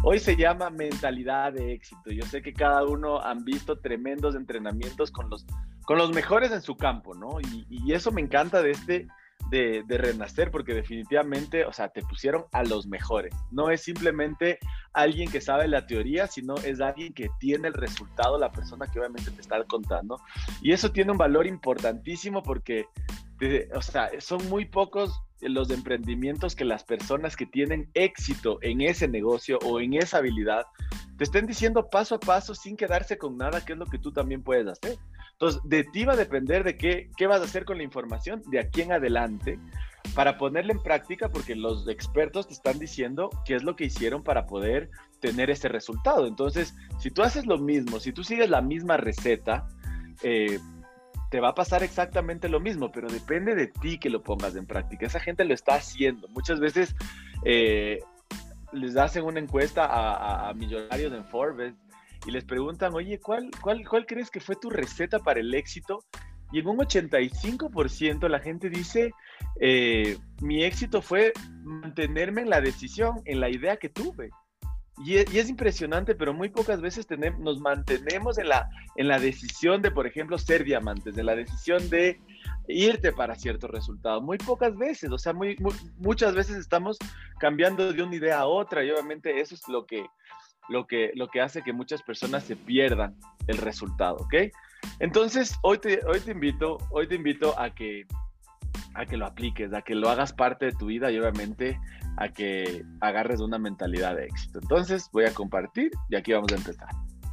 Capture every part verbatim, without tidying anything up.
Hoy se llama mentalidad de éxito. Yo sé que cada uno han visto tremendos entrenamientos con los, con los mejores en su campo, ¿no? Y, y eso me encanta de este, de, de Renacer, porque definitivamente, o sea, te pusieron a los mejores. No es simplemente alguien que sabe la teoría, sino es alguien que tiene el resultado, la persona que obviamente te está contando. Y eso tiene un valor importantísimo porque, te, o sea, son muy pocos los emprendimientos que las personas que tienen éxito en ese negocio o en esa habilidad te estén diciendo paso a paso sin quedarse con nada, que es lo que tú también puedes hacer. Entonces, de ti va a depender de qué, qué vas a hacer con la información de aquí en adelante para ponerla en práctica, porque los expertos te están diciendo qué es lo que hicieron para poder tener ese resultado. Entonces, si tú haces lo mismo, si tú sigues la misma receta, eh, te va a pasar exactamente lo mismo, pero depende de ti que lo pongas en práctica. Esa gente lo está haciendo. Muchas veces eh, les hacen una encuesta a, a, a millonarios en Forbes y les preguntan, oye, ¿cuál, cuál, ¿cuál crees que fue tu receta para el éxito? Y en un ochenta y cinco por ciento la gente dice, eh, mi éxito fue mantenerme en la decisión, en la idea que tuve. Y es, y es impresionante, pero muy pocas veces tenemos, nos mantenemos en la, en la decisión de, por ejemplo, ser diamantes, de la decisión de irte para cierto resultado. Muy pocas veces, o sea, muy, muy, muchas veces estamos cambiando de una idea a otra y obviamente eso es lo que, lo que, lo que hace que muchas personas se pierdan el resultado, ¿ok? Entonces, hoy te, hoy te invito, hoy te invito a que, a que lo apliques, a que lo hagas parte de tu vida y obviamente a que agarres una mentalidad de éxito. Entonces voy a compartir y aquí vamos a empezar.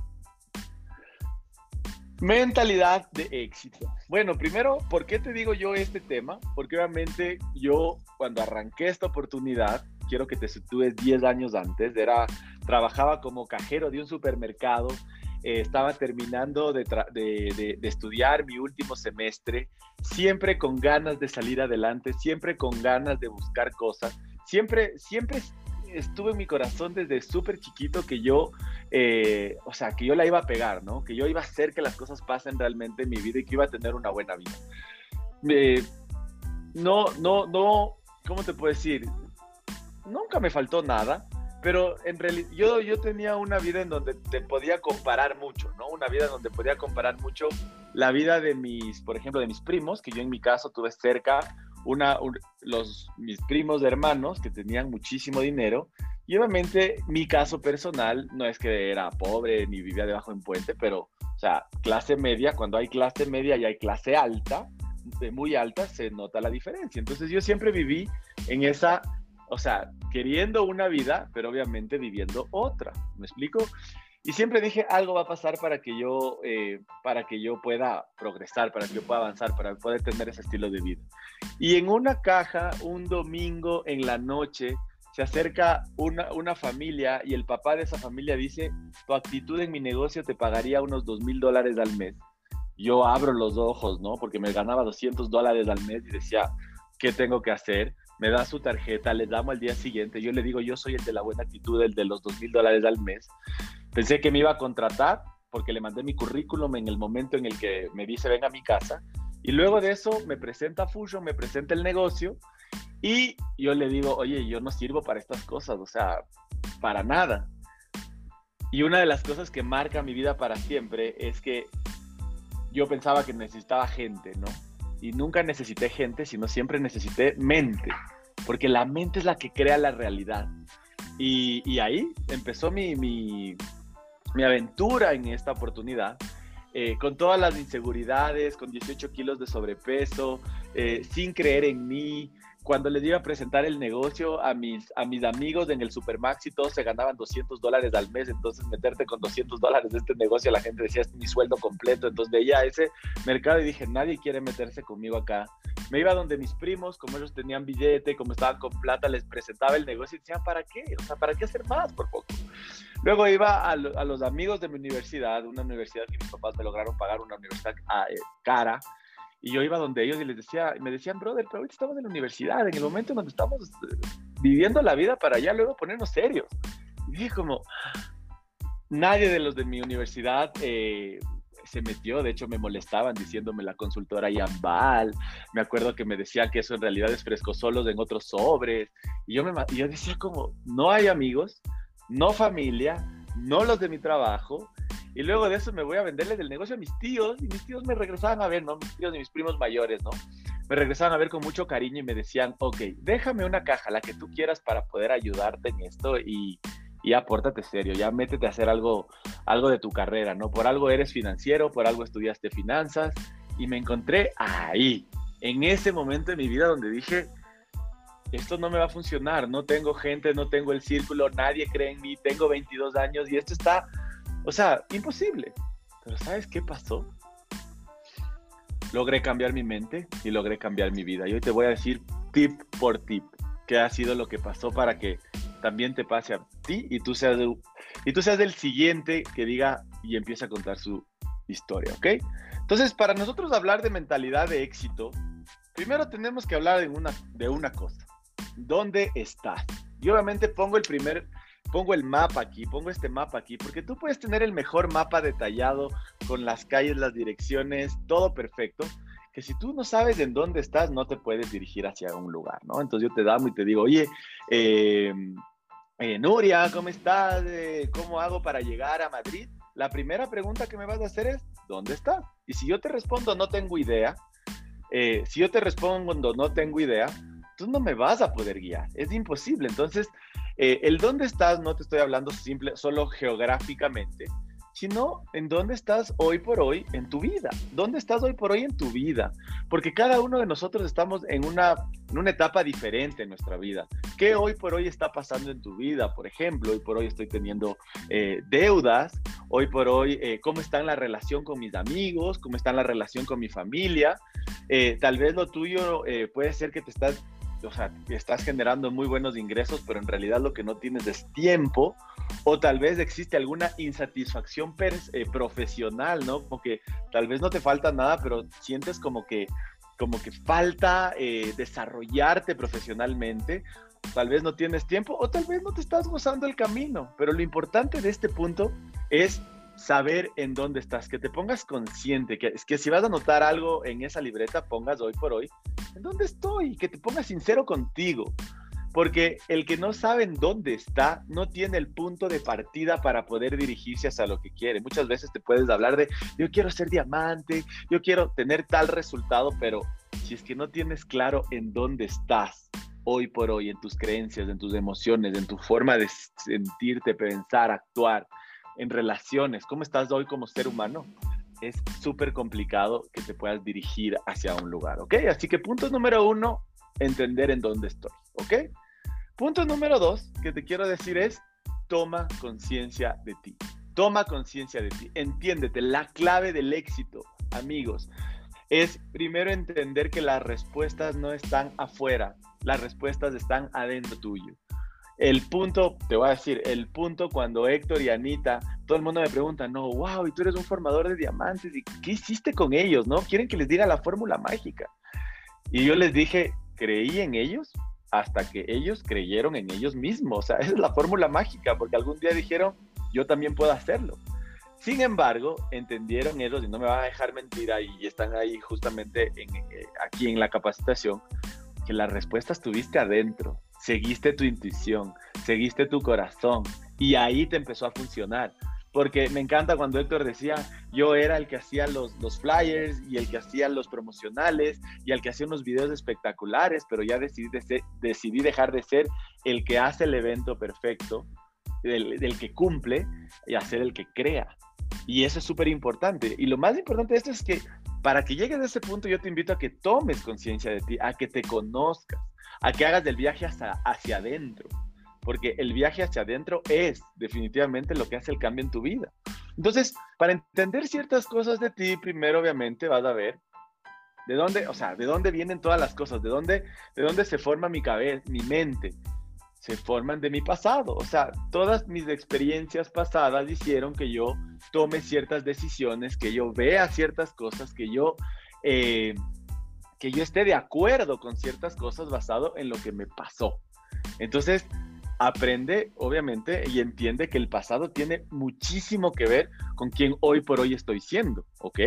Mentalidad de éxito. Bueno, primero, ¿por qué te digo yo este tema? Porque obviamente yo cuando arranqué esta oportunidad, quiero que te sitúes diez años antes, era, trabajaba como cajero de un supermercado, eh, estaba terminando de, de, de, de estudiar mi último semestre, siempre con ganas de salir adelante, siempre con ganas de buscar cosas. Siempre, siempre estuve en mi corazón desde súper chiquito que yo, eh, o sea, que yo la iba a pegar, ¿no? Que yo iba a hacer que las cosas pasen realmente en mi vida y que iba a tener una buena vida. Eh, no, no, no, ¿cómo te puedo decir? Nunca me faltó nada, pero en realidad yo, yo tenía una vida en donde te podía comparar mucho, ¿no? Una vida en donde podía comparar mucho la vida de mis, por ejemplo, de mis primos, que yo en mi caso tuve cerca Una, un, los, mis primos hermanos que tenían muchísimo dinero y obviamente mi caso personal no es que era pobre ni vivía debajo de un puente, pero o sea, clase media, cuando hay clase media y hay clase alta, de muy alta, se nota la diferencia. Entonces yo siempre viví en esa, o sea, queriendo una vida, pero obviamente viviendo otra, ¿me explico? Y siempre dije, algo va a pasar para que yo, eh, para que yo pueda progresar, para que yo pueda avanzar, para poder tener ese estilo de vida. Y en una caja, un domingo en la noche, se acerca una, una familia y el papá de esa familia dice, tu actitud en mi negocio te pagaría unos dos mil dólares al mes. Yo abro los ojos, ¿no? Porque me ganaba doscientos dólares al mes y decía, ¿qué tengo que hacer? Me da su tarjeta, les damos al día siguiente. Yo le digo, yo soy el de la buena actitud, el de los dos mil dólares al mes. Pensé que me iba a contratar porque le mandé mi currículum en el momento en el que me dice ven a mi casa y luego de eso me presenta Fusion, me presenta el negocio y yo le digo, oye, yo no sirvo para estas cosas, o sea, para nada. Y una de las cosas que marca mi vida para siempre es que yo pensaba que necesitaba gente, ¿no? Y nunca necesité gente, sino siempre necesité mente, porque la mente es la que crea la realidad. Y, y ahí empezó mi... mi mi aventura en esta oportunidad, eh, con todas las inseguridades, con dieciocho kilos de sobrepeso, eh, sin creer en mí. Cuando les iba a presentar el negocio a mis, a mis amigos en el Supermaxi, todos se ganaban doscientos dólares al mes, entonces meterte con doscientos dólares de este negocio, la gente decía, es mi sueldo completo. Entonces veía ese mercado y dije, nadie quiere meterse conmigo acá. Me iba donde mis primos, como ellos tenían billete, como estaban con plata, les presentaba el negocio y decían, ¿para qué? O sea, ¿para qué hacer más por poco? Luego iba a, lo, a los amigos de mi universidad, una universidad que mis papás me lograron pagar, una universidad eh, cara, y yo iba donde ellos y les decía, me decían, brother, pero ahorita estamos en la universidad, en el momento en donde estamos eh, viviendo la vida para ya luego ponernos serios. Y dije como, nadie de los de mi universidad eh, se metió, de hecho me molestaban diciéndome la consultora Yambal, me acuerdo que me decían que eso en realidad es frescosolos en otros sobres, y yo, me, y yo decía como, no hay amigos, no familia, no los de mi trabajo, y luego de eso me voy a venderles el negocio a mis tíos, y mis tíos me regresaban a ver, ¿no? Mis tíos y mis primos mayores, ¿no? Me regresaban a ver con mucho cariño y me decían, ok, déjame una caja, la que tú quieras para poder ayudarte en esto, y, y ya pórtate serio, ya métete a hacer algo, algo de tu carrera, ¿no? Por algo eres financiero, por algo estudiaste finanzas, y me encontré ahí, en ese momento de mi vida donde dije, esto no me va a funcionar, no tengo gente, no tengo el círculo, nadie cree en mí, tengo veintidós años y esto está, o sea, imposible. Pero ¿sabes qué pasó? Logré cambiar mi mente y logré cambiar mi vida. Y hoy te voy a decir tip por tip qué ha sido lo que pasó para que también te pase a ti y tú seas, de, y tú seas el siguiente que diga y empiece a contar su historia, ¿ok? Entonces, para nosotros hablar de mentalidad de éxito, primero tenemos que hablar de una, de una cosa. ¿Dónde estás? Y obviamente pongo el primer, pongo el mapa aquí, pongo este mapa aquí, porque tú puedes tener el mejor mapa detallado con las calles, las direcciones, todo perfecto, que si tú no sabes en dónde estás, no te puedes dirigir hacia un lugar, ¿no? Entonces yo te damos y te digo, oye, eh, eh, Nuria, ¿cómo estás? Eh, ¿Cómo hago para llegar a Madrid? La primera pregunta que me vas a hacer es, ¿dónde estás? Y si yo te respondo, no tengo idea, eh, si yo te respondo, no tengo idea, tú no me vas a poder guiar, es imposible. Entonces, eh, el dónde estás no te estoy hablando simple, solo geográficamente, sino en dónde estás hoy por hoy en tu vida. ¿Dónde estás hoy por hoy en tu vida? Porque cada uno de nosotros estamos en una, en una etapa diferente en nuestra vida. ¿Qué hoy por hoy está pasando en tu vida? Por ejemplo, hoy por hoy estoy teniendo eh, deudas, hoy por hoy, eh, ¿cómo está en la relación con mis amigos? ¿Cómo está en la relación con mi familia? Eh, tal vez lo tuyo eh, puede ser que te estás o sea, estás generando muy buenos ingresos, pero en realidad lo que no tienes es tiempo, o tal vez existe alguna insatisfacción eh, profesional, ¿no? Como que tal vez no te falta nada, pero sientes como que, como que falta eh, desarrollarte profesionalmente, tal vez no tienes tiempo, o tal vez no te estás gozando el camino, pero lo importante de este punto es saber en dónde estás, que te pongas consciente, que, que si vas a anotar algo en esa libreta, pongas hoy por hoy, ¿en dónde estoy? Que te pongas sincero contigo, porque el que no sabe en dónde está, no tiene el punto de partida para poder dirigirse hacia lo que quiere. Muchas veces te puedes hablar de, yo quiero ser diamante, yo quiero tener tal resultado, pero si es que no tienes claro en dónde estás, hoy por hoy, en tus creencias, en tus emociones, en tu forma de sentirte, pensar, actuar, en relaciones, ¿cómo estás hoy como ser humano? Es súper complicado que te puedas dirigir hacia un lugar, ¿ok? Así que punto número uno, entender en dónde estoy, ¿ok? Punto número dos que te quiero decir es, toma conciencia de ti. Toma conciencia de ti, entiéndete. La clave del éxito, amigos, es primero entender que las respuestas no están afuera, las respuestas están adentro tuyo. El punto, te voy a decir, el punto cuando Héctor y Anita, todo el mundo me pregunta, no, wow, y tú eres un formador de diamantes, ¿y qué hiciste con ellos, no? Quieren que les diga la fórmula mágica. Y yo les dije, creí en ellos hasta que ellos creyeron en ellos mismos. O sea, esa es la fórmula mágica, porque algún día dijeron, yo también puedo hacerlo. Sin embargo, entendieron ellos, y no me van a dejar mentir, y están ahí justamente en, eh, aquí en la capacitación, que las respuestas tuviste adentro. Seguiste tu intuición, seguiste tu corazón y ahí te empezó a funcionar. Porque me encanta cuando Héctor decía, yo era el que hacía los, los flyers y el que hacía los promocionales y el que hacía unos videos espectaculares, pero ya decidí, de ser, decidí dejar de ser el que hace el evento perfecto, del, del que cumple, y hacer el que crea. Y eso es súper importante. Y lo más importante de esto es que para que llegues a ese punto yo te invito a que tomes conciencia de ti, a que te conozcas, a que hagas del viaje hacia, hacia adentro, porque el viaje hacia adentro es definitivamente lo que hace el cambio en tu vida. Entonces, para entender ciertas cosas de ti, primero obviamente vas a ver de dónde, o sea, de dónde vienen todas las cosas, de dónde, de dónde se forma mi cabeza, mi mente, se forman de mi pasado. O sea, todas mis experiencias pasadas hicieron que yo tome ciertas decisiones, que yo vea ciertas cosas, que yo... Eh, que yo esté de acuerdo con ciertas cosas basado en lo que me pasó. Entonces, aprende, obviamente, y entiende que el pasado tiene muchísimo que ver con quien hoy por hoy estoy siendo, ¿ok?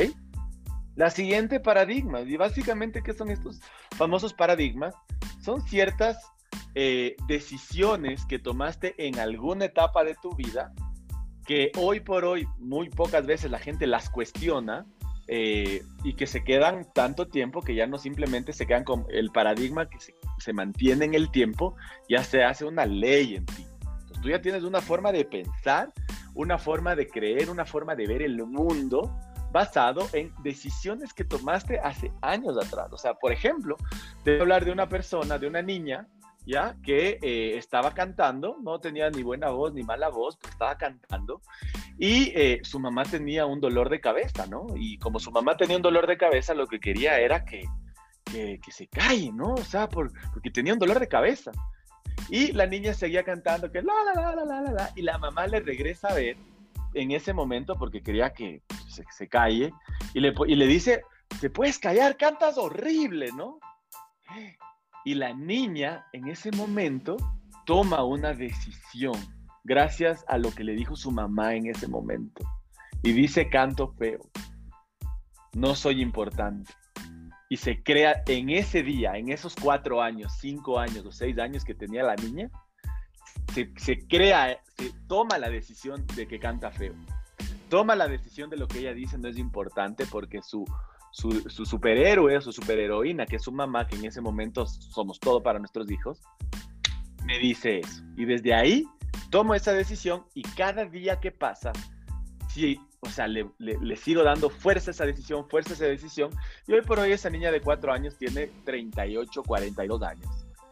La siguiente paradigma, y básicamente, ¿qué son estos famosos paradigmas? Son ciertas eh, decisiones que tomaste en alguna etapa de tu vida que hoy por hoy muy pocas veces la gente las cuestiona, eh, y que se quedan tanto tiempo que ya no simplemente se quedan con el paradigma que se, se mantiene en el tiempo, ya se hace una ley en ti. Entonces tú ya tienes una forma de pensar, una forma de creer, una forma de ver el mundo basado en decisiones que tomaste hace años atrás. O sea, por ejemplo, te voy a hablar de una persona, de una niña, ya que eh, estaba cantando, no tenía ni buena voz ni mala voz, pero estaba cantando, y eh, su mamá tenía un dolor de cabeza, ¿no? Y como su mamá tenía un dolor de cabeza, lo que quería era que, que, que se calle, ¿no? O sea, por, porque tenía un dolor de cabeza. Y la niña seguía cantando que la, la, la, la, la, la, la, y la mamá le regresa a ver en ese momento porque quería que se, se calle, y le, y le dice, ¿te puedes callar? Cantas horrible, ¿no? Y la niña en ese momento toma una decisión gracias a lo que le dijo su mamá en ese momento. Y dice, canto feo, no soy importante. Y se crea en ese día, en esos cuatro años, cinco años o seis años que tenía la niña, se, se crea, se toma la decisión de que canta feo. Toma la decisión de lo que ella dice no es importante porque su... Su, su superhéroe, su superheroína, que es su mamá, que en ese momento somos todo para nuestros hijos, me dice eso. Y desde ahí tomo esa decisión y cada día que pasa, sí, o sea, le, le, le sigo dando fuerza a esa decisión, fuerza a esa decisión. Y hoy por hoy esa niña de cuatro años tiene treinta y ocho, cuarenta y dos años.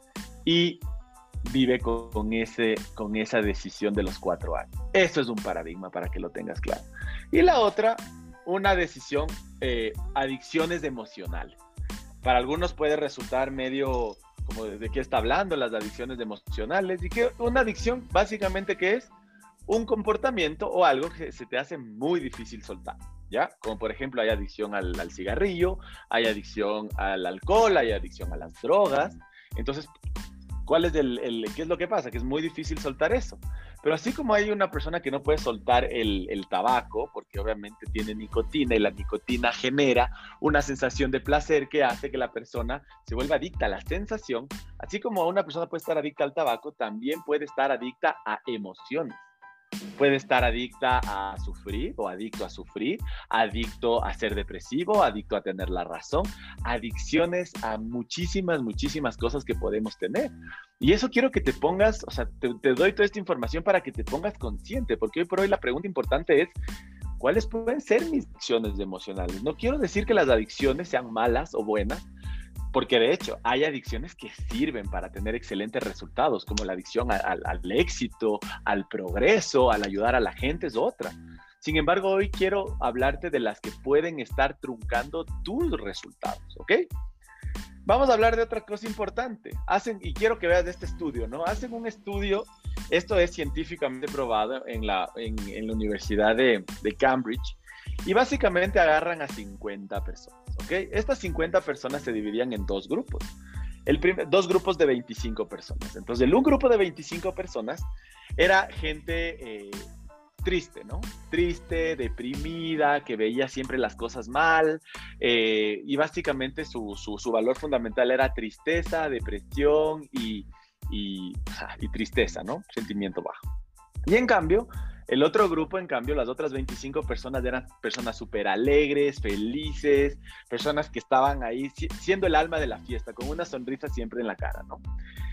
Y vive con, con, ese, con esa decisión de los cuatro años. Eso es un paradigma para que lo tengas claro. Y la otra... una decisión, eh, adicciones emocionales. Para algunos puede resultar medio como de, de qué está hablando las adicciones emocionales, y que una adicción básicamente que es un comportamiento o algo que se te hace muy difícil soltar, ¿ya? Como por ejemplo hay adicción al, al cigarrillo, hay adicción al alcohol, hay adicción a las drogas. Entonces, ¿cuál es el, el, qué es lo que pasa? Que es muy difícil soltar eso. Pero así como hay una persona que no puede soltar el, el tabaco, porque obviamente tiene nicotina y la nicotina genera una sensación de placer que hace que la persona se vuelva adicta a la sensación, así como una persona puede estar adicta al tabaco, también puede estar adicta a emociones. Puede estar adicta a sufrir o adicto a sufrir, adicto a ser depresivo, adicto a tener la razón, adicciones a muchísimas, muchísimas cosas que podemos tener. Y eso quiero que te pongas, o sea, te, te doy toda esta información para que te pongas consciente, porque hoy por hoy la pregunta importante es, ¿cuáles pueden ser mis adicciones emocionales? No quiero decir que las adicciones sean malas o buenas, porque de hecho hay adicciones que sirven para tener excelentes resultados, como la adicción al, al éxito, al progreso, al ayudar a la gente es otra. Sin embargo, hoy quiero hablarte de las que pueden estar truncando tus resultados, ¿ok? Vamos a hablar de otra cosa importante. Hacen, y quiero que veas de este estudio, ¿no? Hacen un estudio, esto es científicamente probado en la, en, en la Universidad de, de Cambridge, y básicamente agarran a cincuenta personas, ¿ok? Estas cincuenta personas se dividían en dos grupos. El primer, dos grupos de veinticinco personas. Entonces, el un grupo de veinticinco personas era gente eh, triste, ¿no? Triste, deprimida, que veía siempre las cosas mal, eh, y básicamente su, su, su valor fundamental era tristeza, depresión y, y, y tristeza, ¿no? Sentimiento bajo. Y en cambio, el otro grupo, en cambio, las otras veinticinco personas eran personas súper alegres, felices, personas que estaban ahí siendo el alma de la fiesta, con una sonrisa siempre en la cara, ¿no?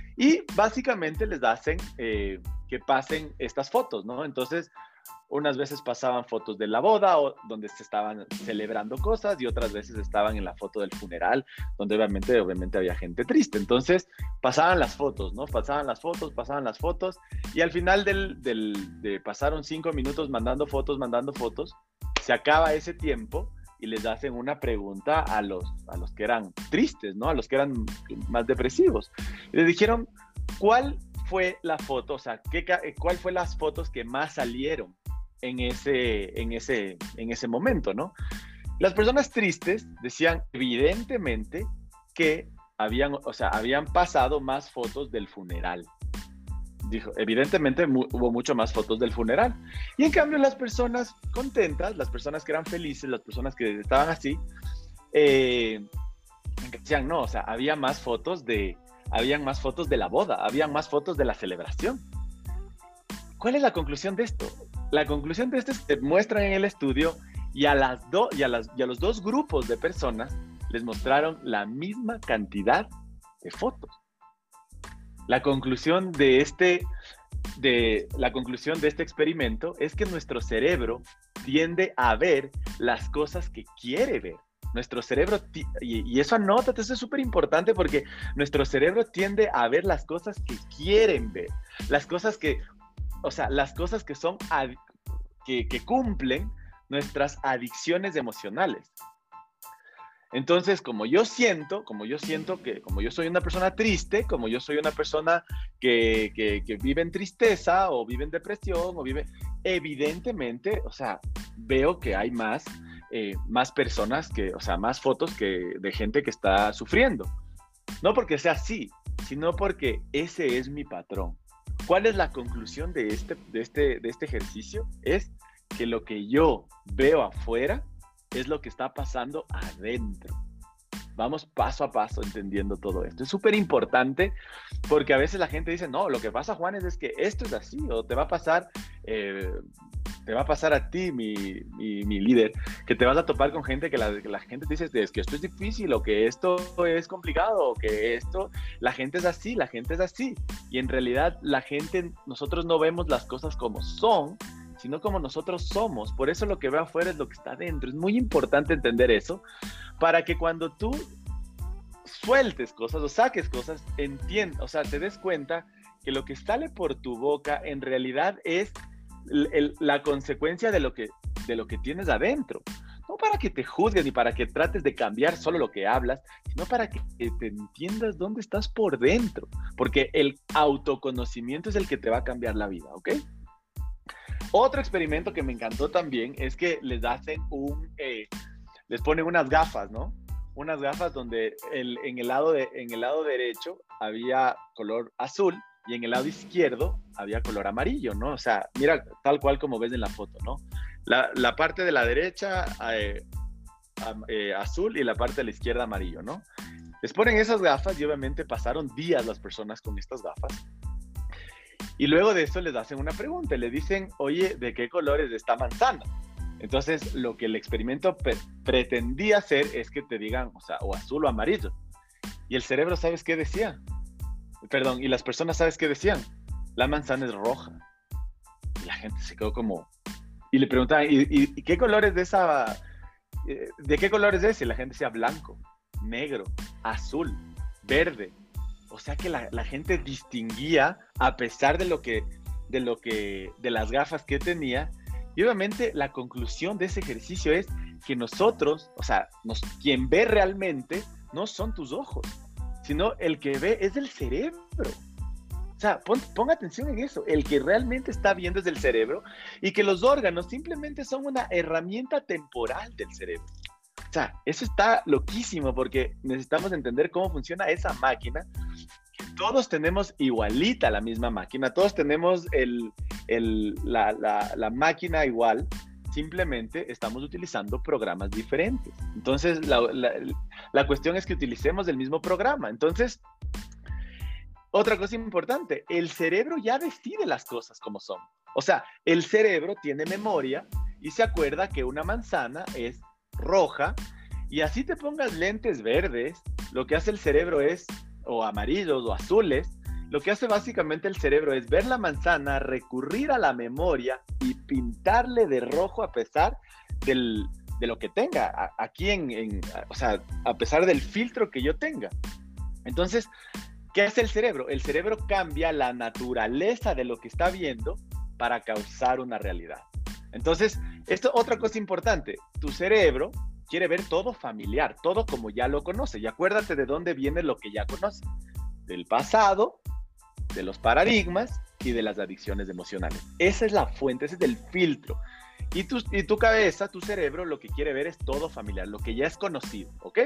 Y básicamente les hacen eh, que pasen estas fotos, ¿no? Entonces, unas veces pasaban fotos de la boda o donde se estaban celebrando cosas, y otras veces estaban en la foto del funeral, donde obviamente, obviamente había gente triste. Entonces pasaban las fotos, ¿no? Pasaban las fotos, pasaban las fotos, y al final del, del, de pasaron cinco minutos mandando fotos, mandando fotos, se acaba ese tiempo y les hacen una pregunta a los, a los que eran tristes, ¿no? A los que eran más depresivos. Y les dijeron, ¿cuál fue la foto? O sea, ¿qué, ¿cuál fue las fotos que más salieron en ese, en ese, en ese momento, ¿no? Las personas tristes decían evidentemente que habían, o sea, habían pasado más fotos del funeral. Dijo, evidentemente mu hubo mucho más fotos del funeral. Y en cambio las personas contentas, las personas que eran felices, las personas que estaban así, eh, decían, no, o sea, había más fotos de, habían más fotos de la boda, habían más fotos de la celebración. ¿Cuál es la conclusión de esto? La conclusión de esto es que muestran en el estudio y a, las do, y, a las, y a los dos grupos de personas les mostraron la misma cantidad de fotos. La conclusión de este, de, la conclusión de este experimento es que nuestro cerebro tiende a ver las cosas que quiere ver. Nuestro cerebro, y, y eso anótate, eso es súper importante porque nuestro cerebro tiende a ver las cosas que quieren ver. Las cosas que, o sea, las cosas que son, que, que cumplen nuestras adicciones emocionales. Entonces, como yo siento, como yo siento que, como yo soy una persona triste, como yo soy una persona que, que, que vive en tristeza o vive en depresión o vive, evidentemente, o sea, veo que hay más, eh, más personas que, o sea, más fotos que de gente que está sufriendo. No porque sea así, sino porque ese es mi patrón. ¿Cuál es la conclusión de este, de este, de este ejercicio? Es que lo que yo veo afuera es lo que está pasando adentro. Vamos paso a paso entendiendo todo esto. Es súper importante porque a veces la gente dice, no, lo que pasa, Juanes, es que esto es así, o te va a pasar, eh, te va a pasar a ti, mi, mi, mi líder, que te vas a topar con gente que la, que la gente te dice, es que esto es difícil, o que esto es complicado, o que esto, la gente es así, la gente es así. Y en realidad la gente, nosotros no vemos las cosas como son, sino como nosotros somos. Por eso lo que veo afuera es lo que está dentro. Es muy importante entender eso para que cuando tú sueltes cosas o saques cosas, entiendas, o sea, te des cuenta que lo que sale por tu boca en realidad es el, el, la consecuencia de lo, que, de lo que tienes adentro. No para que te juzguen ni para que trates de cambiar solo lo que hablas, sino para que te entiendas dónde estás por dentro. Porque el autoconocimiento es el que te va a cambiar la vida, ¿ok? Otro experimento que me encantó también es que les hacen un, eh, les ponen unas gafas, ¿no? Unas gafas donde el, en, el lado de, en el lado derecho había color azul y en el lado izquierdo había color amarillo, ¿no? O sea, mira tal cual como ves en la foto, ¿no? La, la parte de la derecha eh, eh, azul y la parte de la izquierda amarillo, ¿no? Les ponen esas gafas y obviamente pasaron días las personas con estas gafas. Y luego de eso les hacen una pregunta, le dicen, oye, ¿de qué color es esta manzana? Entonces, lo que el experimento pre pretendía hacer es que te digan, o sea, o azul o amarillo. Y el cerebro, ¿sabes qué decía? Perdón, y las personas, ¿sabes qué decían? La manzana es roja. Y la gente se quedó como... Y le preguntaban, ¿y, y, y qué color es de esa... ¿De qué color es ese? Y la gente decía blanco, negro, azul, verde. O sea que la, la gente distinguía a pesar de lo que, de lo que, de las gafas que tenía. Y obviamente la conclusión de ese ejercicio es que nosotros, o sea, nos, quien ve realmente no son tus ojos, sino el que ve es el cerebro. O sea, pon, pon atención en eso. El que realmente está viendo es el cerebro y que los órganos simplemente son una herramienta temporal del cerebro. O sea, eso está loquísimo porque necesitamos entender cómo funciona esa máquina. Todos tenemos igualita la misma máquina, todos tenemos el, el, la, la, la máquina igual, simplemente estamos utilizando programas diferentes. Entonces, la, la, la cuestión es que utilicemos el mismo programa. Entonces, otra cosa importante, el cerebro ya decide las cosas como son. O sea, el cerebro tiene memoria y se acuerda que una manzana es roja, y así te pongas lentes verdes, lo que hace el cerebro es, o amarillos o azules, lo que hace básicamente el cerebro es ver la manzana, recurrir a la memoria y pintarle de rojo a pesar del, de lo que tenga, a, aquí en, en, o sea, a pesar del filtro que yo tenga. Entonces, ¿qué hace el cerebro? El cerebro cambia la naturaleza de lo que está viendo para causar una realidad. Entonces, esto otra cosa importante, tu cerebro quiere ver todo familiar, todo como ya lo conoce. Y acuérdate de dónde viene lo que ya conoce. Del pasado, de los paradigmas y de las adicciones emocionales. Esa es la fuente, ese es el filtro. Y tu, y tu cabeza, tu cerebro, lo que quiere ver es todo familiar, lo que ya es conocido, ¿ok?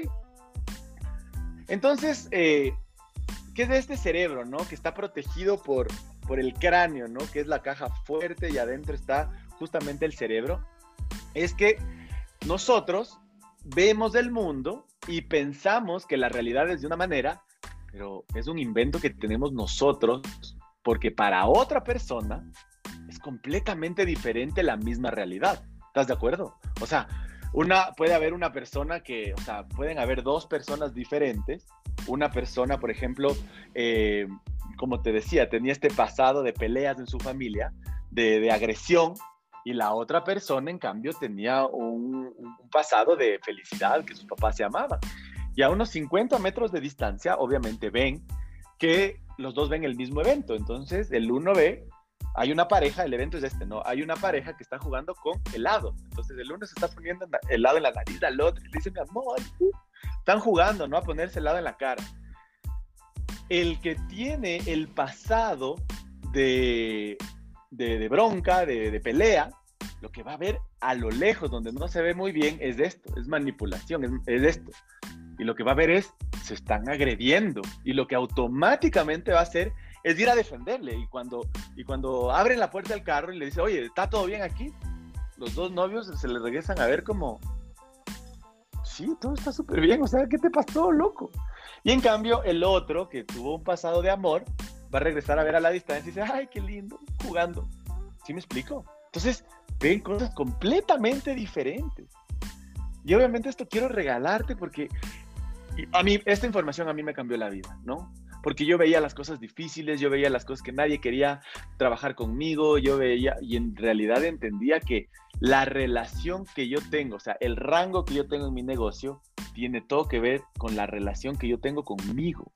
Entonces, eh, ¿qué es de este cerebro, no? Que está protegido por, por el cráneo, ¿no? Que es la caja fuerte y adentro está justamente el cerebro. Es que nosotros vemos el mundo y pensamos que la realidad es de una manera, pero es un invento que tenemos nosotros porque para otra persona es completamente diferente la misma realidad. ¿Estás de acuerdo? O sea, una, puede haber una persona que, o sea, pueden haber dos personas diferentes. Una persona, por ejemplo, eh, como te decía, tenía este pasado de peleas en su familia, de, de agresión, y la otra persona, en cambio, tenía un, un pasado de felicidad, que sus papás se amaban. Y a unos cincuenta metros de distancia, obviamente ven que los dos ven el mismo evento. Entonces, el uno ve, hay una pareja, el evento es este, ¿no? Hay una pareja que está jugando con helado. Entonces, el uno se está poniendo helado en la nariz al otro y le dice, mi amor, uh, están jugando, ¿no? A ponerse helado en la cara. El que tiene el pasado de, de, de bronca, de, de pelea, lo que va a ver a lo lejos, donde no se ve muy bien, es esto, es manipulación, es, es esto. Y lo que va a ver es, se están agrediendo. Y lo que automáticamente va a hacer es ir a defenderle. Y cuando, y cuando abren la puerta del carro y le dice, oye, ¿está todo bien aquí? Los dos novios se le regresan a ver como, sí, todo está súper bien, o sea, ¿qué te pasó, loco? Y en cambio, el otro, que tuvo un pasado de amor, va a regresar a ver a la distancia y dice, ay, qué lindo, jugando. ¿Sí me explico? Entonces, ven cosas completamente diferentes. Y obviamente esto quiero regalarte porque a mí, esta información a mí me cambió la vida, ¿no? Porque yo veía las cosas difíciles, yo veía las cosas que nadie quería trabajar conmigo, yo veía y en realidad entendía que la relación que yo tengo, o sea, el rango que yo tengo en mi negocio, tiene todo que ver con la relación que yo tengo conmigo.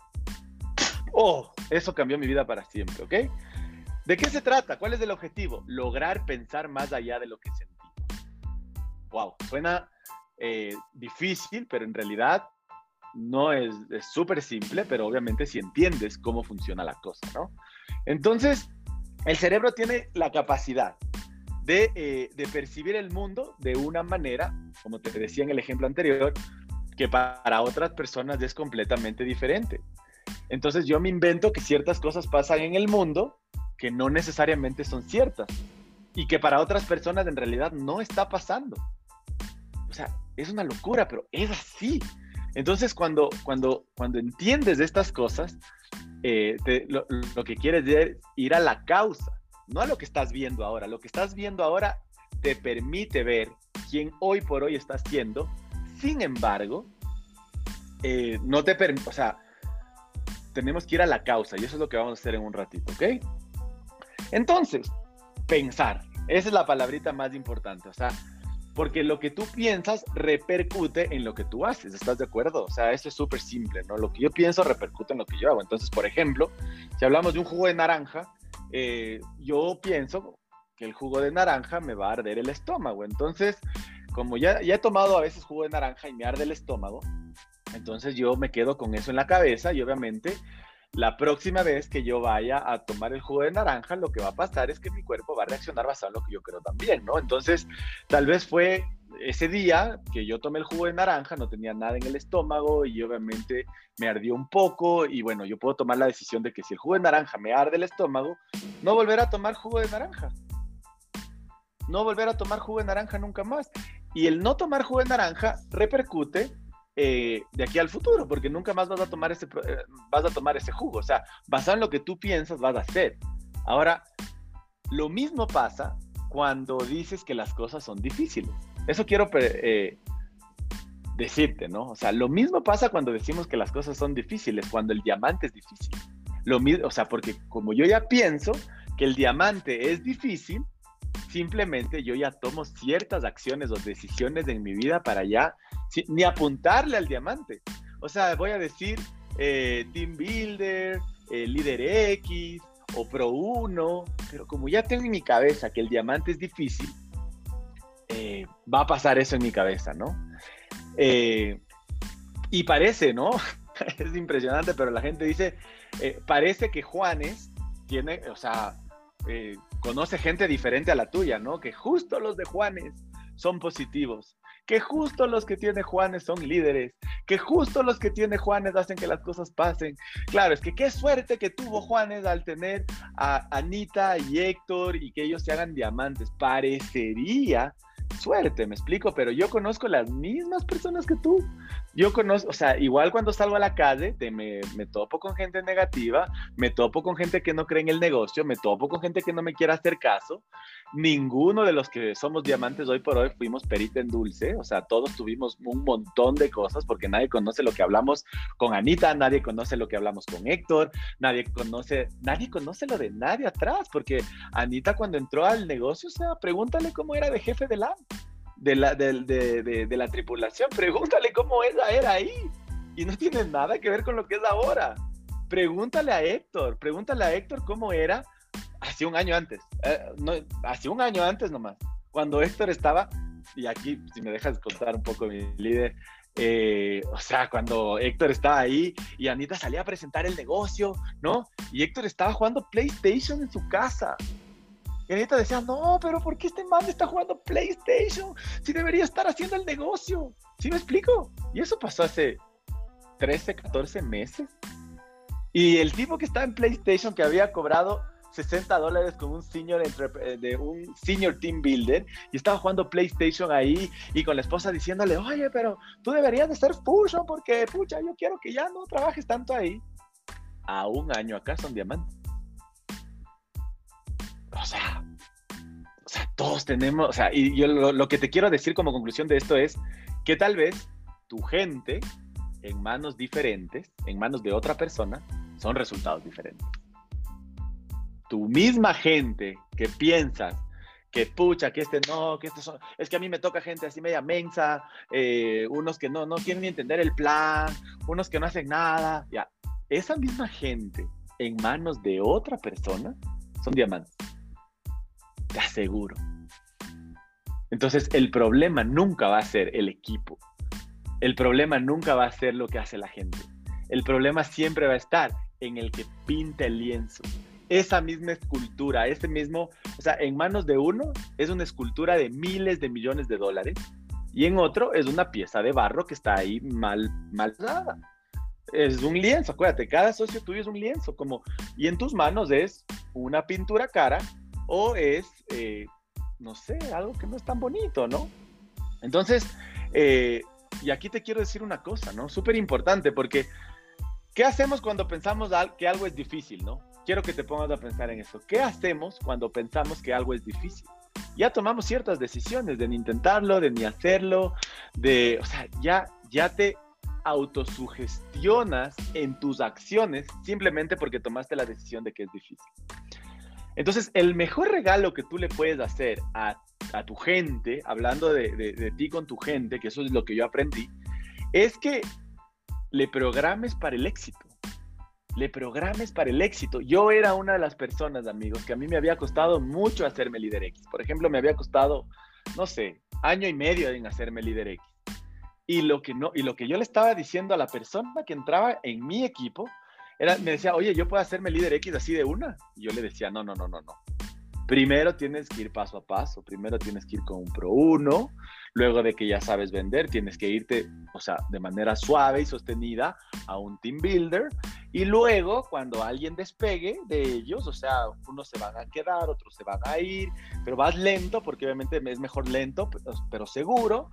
Oh, eso cambió mi vida para siempre, ¿ok? ¿De qué se trata? ¿Cuál es el objetivo? Lograr pensar más allá de lo que sentimos. Wow, suena eh, difícil, pero en realidad no es súper simple, pero obviamente si entiendes cómo funciona la cosa, ¿no? Entonces, el cerebro tiene la capacidad de, eh, de percibir el mundo de una manera, como te decía en el ejemplo anterior, que para otras personas es completamente diferente. Entonces yo me invento que ciertas cosas pasan en el mundo que no necesariamente son ciertas y que para otras personas en realidad no está pasando. O sea, es una locura, pero es así. Entonces, cuando, cuando, cuando entiendes estas cosas, eh, te, lo, lo que quieres es ir a la causa, no a lo que estás viendo ahora. Lo que estás viendo ahora te permite ver quién hoy por hoy estás siendo. Sin embargo, eh, no te permite, o sea, tenemos que ir a la causa y eso es lo que vamos a hacer en un ratito, ¿ok? Entonces, pensar. Esa es la palabrita más importante, o sea, porque lo que tú piensas repercute en lo que tú haces, ¿estás de acuerdo? O sea, eso es súper simple, ¿no? Lo que yo pienso repercute en lo que yo hago. Entonces, por ejemplo, si hablamos de un jugo de naranja, eh, yo pienso que el jugo de naranja me va a arder el estómago. Entonces, como ya, ya he tomado a veces jugo de naranja y me arde el estómago, entonces yo me quedo con eso en la cabeza y obviamente la próxima vez que yo vaya a tomar el jugo de naranja, lo que va a pasar es que mi cuerpo va a reaccionar basado en lo que yo creo también, ¿no? Entonces, tal vez fue ese día que yo tomé el jugo de naranja, no tenía nada en el estómago y obviamente me ardió un poco y bueno, yo puedo tomar la decisión de que si el jugo de naranja me arde el estómago, no volver a tomar jugo de naranja. No volver a tomar jugo de naranja nunca más. Y el no tomar jugo de naranja repercute Eh, de aquí al futuro, porque nunca más vas a tomar ese, eh, vas a tomar ese jugo. O sea, basado en lo que tú piensas, vas a hacer. Ahora, lo mismo pasa cuando dices que las cosas son difíciles. Eso quiero eh, decirte, ¿no? O sea, lo mismo pasa cuando decimos que las cosas son difíciles, cuando el diamante es difícil. Lo mismo, o sea, porque como yo ya pienso que el diamante es difícil, simplemente yo ya tomo ciertas acciones o decisiones en mi vida para ya sí, ni apuntarle al diamante. O sea, voy a decir eh, Team Builder, eh, Líder X o Pro uno, pero como ya tengo en mi cabeza que el diamante es difícil, eh, va a pasar eso en mi cabeza, ¿no? Eh, y parece, ¿no? Es impresionante, pero la gente dice, eh, parece que Juanes tiene, o sea, eh, conoce gente diferente a la tuya, ¿no? Que justo los de Juanes son positivos, que justo los que tiene Juanes son líderes, que justo los que tiene Juanes hacen que las cosas pasen. Claro, es que qué suerte que tuvo Juanes al tener a Anita y Héctor y que ellos se hagan diamantes. Parecería suerte, me explico, pero yo conozco las mismas personas que tú, Yo conozco, o sea, igual cuando salgo a la calle, te, me, me topo con gente negativa, me topo con gente que no cree en el negocio, me topo con gente que no me quiere hacer caso. Ninguno de los que somos diamantes hoy por hoy fuimos perita en dulce, o sea, todos tuvimos un montón de cosas porque nadie conoce lo que hablamos con Anita, nadie conoce lo que hablamos con Héctor, nadie conoce, nadie conoce lo de nadie atrás, porque Anita cuando entró al negocio, o sea, pregúntale cómo era de jefe de la de la, de, de, de, de la tripulación, pregúntale cómo ella era ahí, y no tiene nada que ver con lo que es ahora. Pregúntale a Héctor, pregúntale a Héctor cómo era hace un año antes, eh, no, hace un año antes nomás, cuando Héctor estaba, y aquí si me dejas contar un poco mi líder, eh, o sea, cuando Héctor estaba ahí y Anita salía a presentar el negocio, ¿no? Y Héctor estaba jugando PlayStation en su casa. Y Anita decía, no, pero ¿por qué este man está jugando PlayStation? Si debería estar haciendo el negocio. ¿Sí me explico? Y eso pasó hace trece, catorce meses. Y el tipo que estaba en PlayStation, que había cobrado sesenta dólares con un senior, entre, de un senior team builder, y estaba jugando PlayStation ahí, y con la esposa diciéndole, oye, pero tú deberías de ser Fusion, porque, pucha, yo quiero que ya no trabajes tanto ahí. A un año acá son diamantes. O sea, o sea, todos tenemos, o sea, y yo lo, lo que te quiero decir como conclusión de esto es que tal vez tu gente en manos diferentes, en manos de otra persona, son resultados diferentes. Tu misma gente que piensas que pucha, que este no, que este son, es que a mí me toca gente así media mensa, eh, unos que no, no quieren ni entender el plan, unos que no hacen nada, ya, esa misma gente en manos de otra persona son diamantes. Te aseguro. Entonces, el problema nunca va a ser el equipo. El problema nunca va a ser lo que hace la gente. El problema siempre va a estar en el que pinta el lienzo. Esa misma escultura, ese mismo, o sea, en manos de uno es una escultura de miles de millones de dólares y en otro es una pieza de barro que está ahí mal, mal dada. Es un lienzo, acuérdate, cada socio tuyo es un lienzo, como, y en tus manos es una pintura cara o es, eh, no sé, algo que no es tan bonito, ¿no? Entonces, eh, y aquí te quiero decir una cosa, ¿no? Súper importante, porque ¿qué hacemos cuando pensamos que algo es difícil, ¿no? Quiero que te pongas a pensar en eso. ¿Qué hacemos cuando pensamos que algo es difícil? Ya tomamos ciertas decisiones de ni intentarlo, de ni hacerlo, de, o sea, ya, ya te autosugestionas en tus acciones simplemente porque tomaste la decisión de que es difícil. Entonces, el mejor regalo que tú le puedes hacer a, a tu gente, hablando de, de, de ti con tu gente, que eso es lo que yo aprendí, es que le programes para el éxito. Le programes para el éxito. Yo era una de las personas, amigos, que a mí me había costado mucho hacerme líder X. Por ejemplo, me había costado, no sé, año y medio en hacerme líder X. Y lo que, no, y lo que yo le estaba diciendo a la persona que entraba en mi equipo, era, me decía, oye, ¿yo puedo hacerme líder X así de una? Y yo le decía, no, no, no, no, no. Primero tienes que ir paso a paso, primero tienes que ir con un Pro uno, luego de que ya sabes vender, tienes que irte, o sea, de manera suave y sostenida a un team builder, y luego cuando alguien despegue de ellos, o sea, unos se van a quedar, otros se van a ir, pero vas lento, porque obviamente es mejor lento, pero, pero seguro,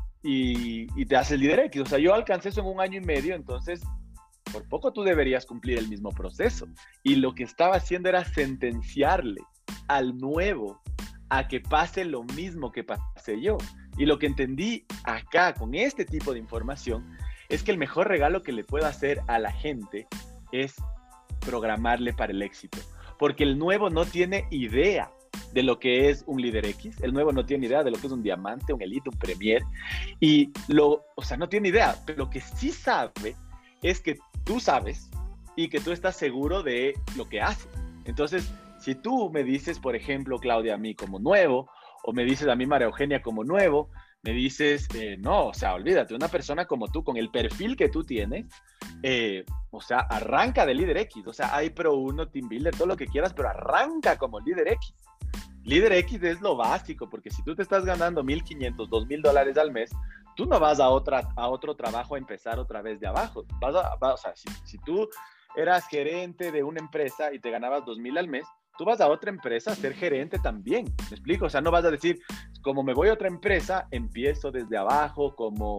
y, y te haces líder X. O sea, yo alcancé eso en un año y medio, entonces por poco tú deberías cumplir el mismo proceso. Y lo que estaba haciendo era sentenciarle al nuevo a que pase lo mismo que pasé yo. Y lo que entendí acá con este tipo de información es que el mejor regalo que le puedo hacer a la gente es programarle para el éxito. Porque el nuevo no tiene idea de lo que es un líder X, el nuevo no tiene idea de lo que es un diamante, un elite, un premier, y lo, o sea, no tiene idea, pero lo que sí sabe es que tú sabes y que tú estás seguro de lo que hace. Entonces, si tú me dices, por ejemplo, Claudia, a mí como nuevo, o me dices a mí, María Eugenia, como nuevo, me dices, eh, no, o sea, olvídate, una persona como tú, con el perfil que tú tienes, eh, o sea, arranca de líder X, o sea, hay Pro uno, Team Builder, todo lo que quieras, pero arranca como líder X. Líder X es lo básico, porque si tú te estás ganando mil quinientos, dos mil dólares al mes, tú no vas a, otra, a otro trabajo a empezar otra vez de abajo. Vas a, vas, o sea, si, si tú eras gerente de una empresa y te ganabas dos mil al mes, tú vas a otra empresa a ser gerente también. ¿Me explico? O sea, no vas a decir, como me voy a otra empresa, empiezo desde abajo como,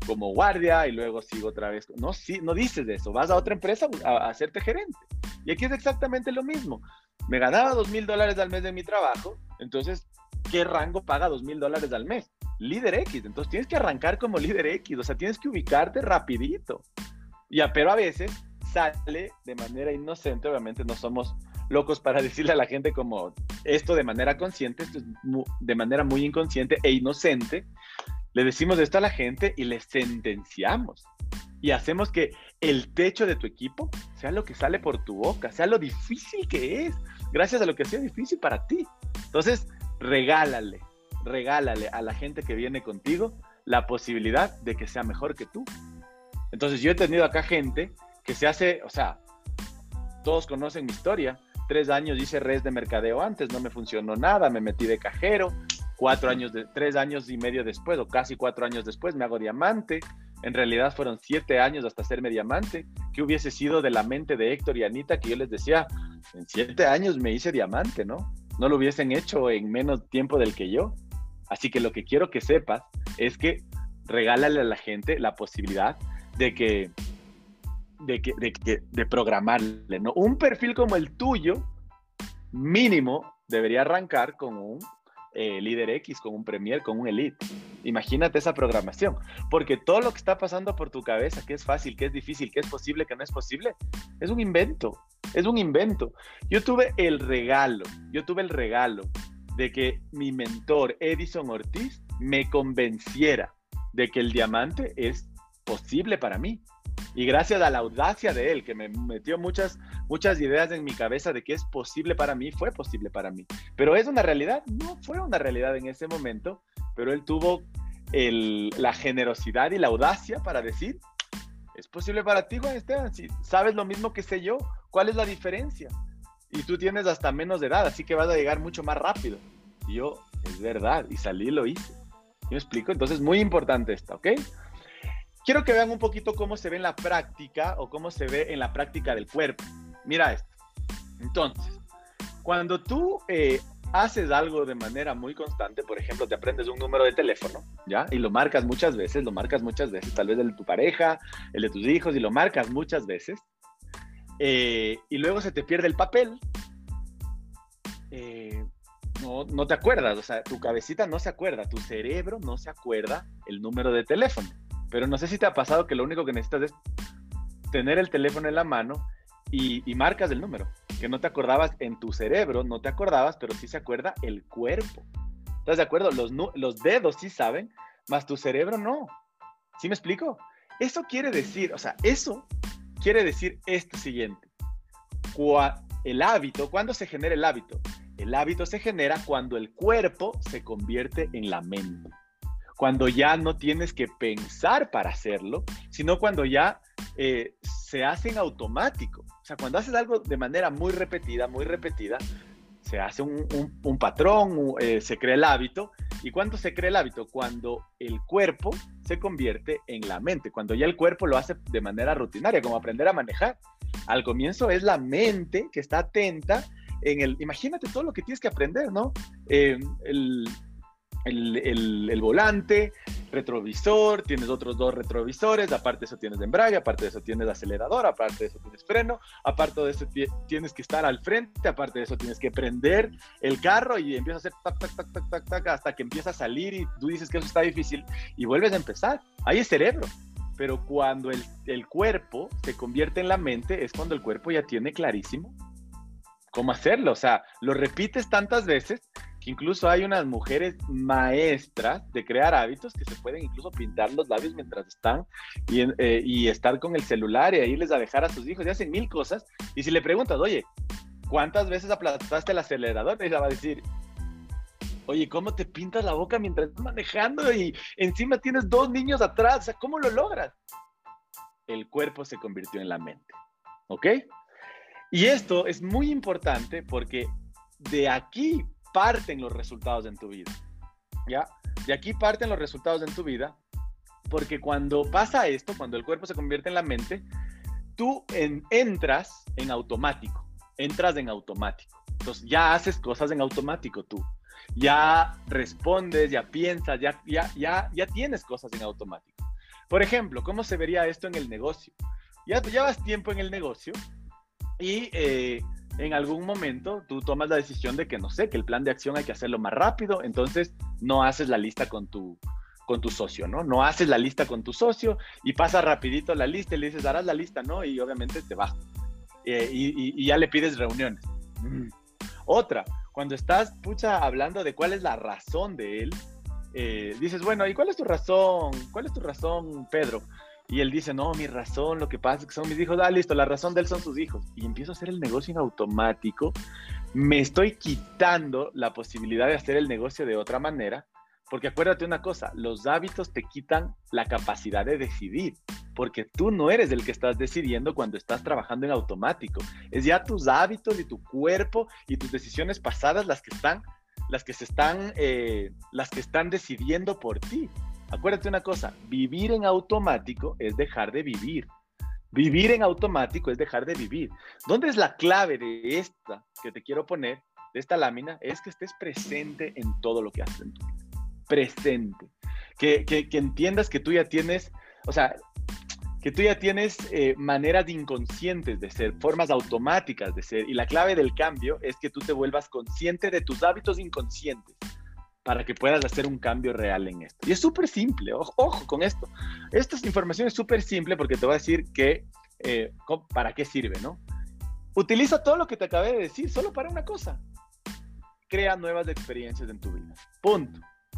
como guardia y luego sigo otra vez. No, sí, no dices eso, vas a otra empresa a, a hacerte gerente. Y aquí es exactamente lo mismo. Me ganaba dos mil dólares al mes de mi trabajo, entonces, ¿qué rango paga dos mil dólares al mes? Líder X, entonces tienes que arrancar como líder X, o sea, tienes que ubicarte rapidito. Ya, pero a veces sale de manera inocente, obviamente no somos locos para decirle a la gente como esto de manera consciente, esto es mu- de manera muy inconsciente e inocente, le decimos esto a la gente y le sentenciamos. Y hacemos que el techo de tu equipo sea lo que sale por tu boca, sea lo difícil que es, gracias a lo que sea difícil para ti. Entonces, regálale, regálale a la gente que viene contigo la posibilidad de que sea mejor que tú. Entonces, yo he tenido acá gente que se hace, o sea, todos conocen mi historia. Tres años hice redes de mercadeo antes, no me funcionó nada, me metí de cajero. Cuatro años, de, tres años y medio después, o casi cuatro años después, me hago diamante. En realidad fueron siete años hasta hacerme diamante. ¿Qué hubiese sido de la mente de Héctor y Anita que yo les decía, en siete años me hice diamante, ¿no? No lo hubiesen hecho en menos tiempo del que yo. Así que lo que quiero que sepas es que regálale a la gente la posibilidad de que, de que, de que, de programarle, ¿no? Un perfil como el tuyo, mínimo, debería arrancar con un eh, líder X, con un premier, con un elite. Imagínate esa programación, porque todo lo que está pasando por tu cabeza, que es fácil, que es difícil, que es posible, que no es posible, es un invento, es un invento. Yo tuve el regalo, yo tuve el regalo de que mi mentor Edison Ortiz me convenciera de que el diamante es posible para mí. Y gracias a la audacia de él, que me metió muchas, muchas ideas en mi cabeza de que es posible para mí, fue posible para mí. Pero ¿es una realidad? No fue una realidad en ese momento, pero él tuvo el, la generosidad y la audacia para decir, es posible para ti, Juan Esteban, si sabes lo mismo que sé yo, ¿cuál es la diferencia? Y tú tienes hasta menos de edad, así que vas a llegar mucho más rápido. Y yo, es verdad, y salí y lo hice. ¿Me explico? Entonces, muy importante esto, ¿ok? Quiero que vean un poquito cómo se ve en la práctica o cómo se ve en la práctica del cuerpo. Mira esto. Entonces, cuando tú eh, haces algo de manera muy constante, por ejemplo, te aprendes un número de teléfono, ¿ya? Y lo marcas muchas veces, lo marcas muchas veces, tal vez el de tu pareja, el de tus hijos, y lo marcas muchas veces, eh, y luego se te pierde el papel, eh, no, no te acuerdas, o sea, tu cabecita no se acuerda, tu cerebro no se acuerda el número de teléfono. Pero no sé si te ha pasado que lo único que necesitas es tener el teléfono en la mano y, y marcas el número, que no te acordabas en tu cerebro, no te acordabas, pero sí se acuerda el cuerpo. ¿Estás de acuerdo? Los, los dedos sí saben, más tu cerebro no. ¿Sí me explico? Eso quiere decir, o sea, eso quiere decir esto siguiente. Cua, el hábito, ¿cuándo se genera el hábito? El hábito se genera cuando el cuerpo se convierte en la mente. Cuando ya no tienes que pensar para hacerlo, sino cuando ya eh, se hace en automático. O sea, cuando haces algo de manera muy repetida, muy repetida, se hace un, un, un patrón, un, eh, se crea el hábito. ¿Y cuándo se crea el hábito? Cuando el cuerpo se convierte en la mente, cuando ya el cuerpo lo hace de manera rutinaria, como aprender a manejar. Al comienzo es la mente que está atenta en el... Imagínate todo lo que tienes que aprender, ¿no? Eh, el... El, el, el volante, retrovisor, tienes otros dos retrovisores, aparte de eso tienes embrague, aparte de eso tienes acelerador, aparte de eso tienes freno, aparte de eso tienes que estar al frente, aparte de eso tienes que prender el carro y empiezas a hacer tac, tac, tac, tac, tac, tac, hasta que empieza a salir y tú dices que eso está difícil y vuelves a empezar. Ahí es cerebro. Pero cuando el, el cuerpo se convierte en la mente es cuando el cuerpo ya tiene clarísimo cómo hacerlo. O sea, lo repites tantas veces que incluso hay unas mujeres maestras de crear hábitos que se pueden incluso pintar los labios mientras están y, eh, y estar con el celular y irles a dejar a sus hijos y hacen mil cosas. Y si le preguntas, oye, ¿cuántas veces aplastaste el acelerador? Ella va a decir, oye, ¿cómo te pintas la boca mientras estás manejando y encima tienes dos niños atrás? O sea, ¿cómo lo logras? El cuerpo se convirtió en la mente, ¿ok? Y esto es muy importante porque de aquí parten los resultados en tu vida, ¿ya? De aquí parten los resultados en tu vida, porque cuando pasa esto, cuando el cuerpo se convierte en la mente, tú en, entras en automático, entras en automático. Entonces ya haces cosas en automático tú, ya respondes, ya piensas, ya, ya, ya, ya tienes cosas en automático. Por ejemplo, ¿cómo se vería esto en el negocio? Ya tú llevas tiempo en el negocio y eh, en algún momento tú tomas la decisión de que, no sé, que el plan de acción hay que hacerlo más rápido, entonces no haces la lista con tu, con tu socio, ¿no? No haces la lista con tu socio y pasa rapidito la lista y le dices, harás la lista, ¿no? Y obviamente te vas. Eh, y, y, y ya le pides reuniones. Mm. Otra, cuando estás, pucha, hablando de cuál es la razón de él, eh, dices, bueno, ¿y cuál es tu razón? ¿Cuál es tu razón, Pedro? Y él dice, no, mi razón, lo que pasa es que son mis hijos. Ah, listo, la razón de él son sus hijos. Y empiezo a hacer el negocio en automático. Me estoy quitando la posibilidad de hacer el negocio de otra manera, porque acuérdate una cosa, los hábitos te quitan la capacidad de decidir, porque tú no eres el que estás decidiendo cuando estás trabajando en automático. Es ya tus hábitos y tu cuerpo y tus decisiones pasadas las que están, las que se están, eh, las que están decidiendo por ti. Acuérdate una cosa, vivir en automático es dejar de vivir. Vivir en automático es dejar de vivir. ¿Dónde es la clave de esta que te quiero poner, de esta lámina? Es que estés presente en todo lo que haces en tu vida. Presente. Que, que, que entiendas que tú ya tienes, o sea, que tú ya tienes eh, maneras inconscientes de ser, formas automáticas de ser. Y la clave del cambio es que tú te vuelvas consciente de tus hábitos inconscientes, para que puedas hacer un cambio real en esto. Y es súper simple, ojo, ojo con esto. Esta información es súper simple porque te voy a decir que, eh, para qué sirve, ¿no? Utiliza todo lo que te acabé de decir solo para una cosa. Crea nuevas experiencias en tu vida. Punto.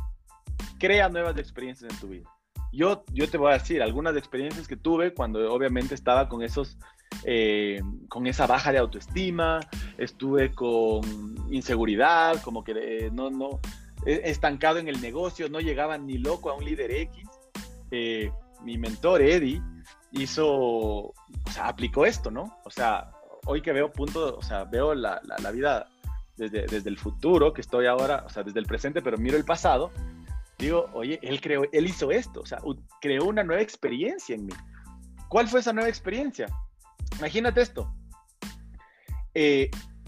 Crea nuevas experiencias en tu vida. Yo, yo te voy a decir algunas experiencias que tuve cuando obviamente estaba con esos... Eh, con esa baja de autoestima, estuve con inseguridad, como que eh, no... no estancado en el negocio, no llegaba ni loco a un líder X. Eh, mi mentor, Eddie, hizo, o sea, aplicó esto, ¿no? O sea, hoy que veo punto, o sea, veo la, la, la vida desde, desde el futuro, que estoy ahora, o sea, desde el presente, pero miro el pasado, digo, oye, él creó, él hizo esto, o sea, creó una nueva experiencia en mí. ¿Cuál fue esa nueva experiencia? Imagínate esto. Eh,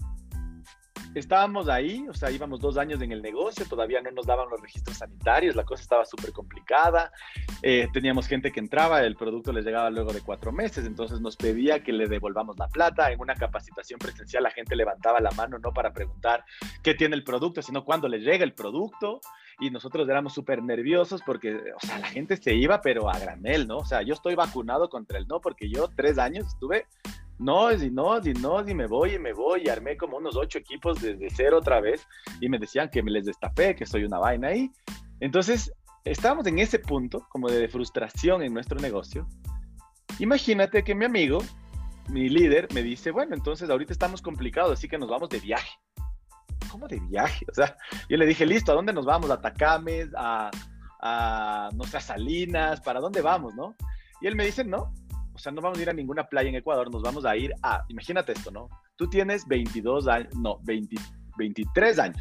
Estábamos ahí, o sea, íbamos dos años en el negocio, todavía no nos daban los registros sanitarios, la cosa estaba súper complicada, eh, teníamos gente que entraba, el producto les llegaba luego de cuatro meses, entonces nos pedía que le devolvamos la plata. En una capacitación presencial la gente levantaba la mano no para preguntar qué tiene el producto, sino cuándo les llega el producto, y nosotros éramos súper nerviosos porque, o sea, la gente se iba, pero a granel, ¿no? O sea, yo estoy vacunado contra el no, porque yo tres años estuve... No, y no, y no, y me voy, y me voy, y armé como unos ocho equipos desde cero otra vez, y me decían que me les destapé, que soy una vaina ahí. Entonces, estábamos en ese punto, como de frustración en nuestro negocio. Imagínate que mi amigo, mi líder, me dice, bueno, entonces ahorita estamos complicados, así que nos vamos de viaje. ¿Cómo de viaje? O sea, yo le dije, listo, ¿a dónde nos vamos? ¿A Tacames? ¿A, a no sé, a Salinas? ¿Para dónde vamos, no? Y él me dice, no. O sea, no vamos a ir a ninguna playa en Ecuador, nos vamos a ir a... Imagínate esto, ¿no? Tú tienes veintidós años, no, veinte, veintitrés años.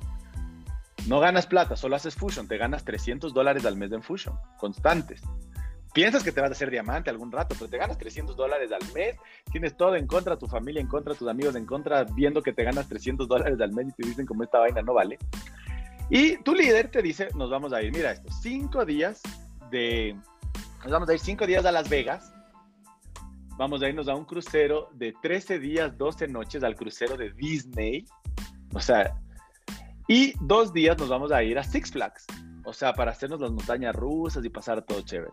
No ganas plata, solo haces Fusion. Te ganas trescientos dólares al mes en Fusion, constantes. Piensas que te vas a hacer diamante algún rato, pero te ganas trescientos dólares al mes. Tienes todo en contra, tu familia en contra, tus amigos en contra, viendo que te ganas trescientos dólares al mes y te dicen como esta vaina no vale. Y tu líder te dice, nos vamos a ir, mira esto, cinco días de... Nos vamos a ir cinco días a Las Vegas. Vamos a irnos a un crucero de trece días, doce noches al crucero de Disney. O sea, y dos días nos vamos a ir a Six Flags. O sea, para hacernos las montañas rusas y pasar todo chévere.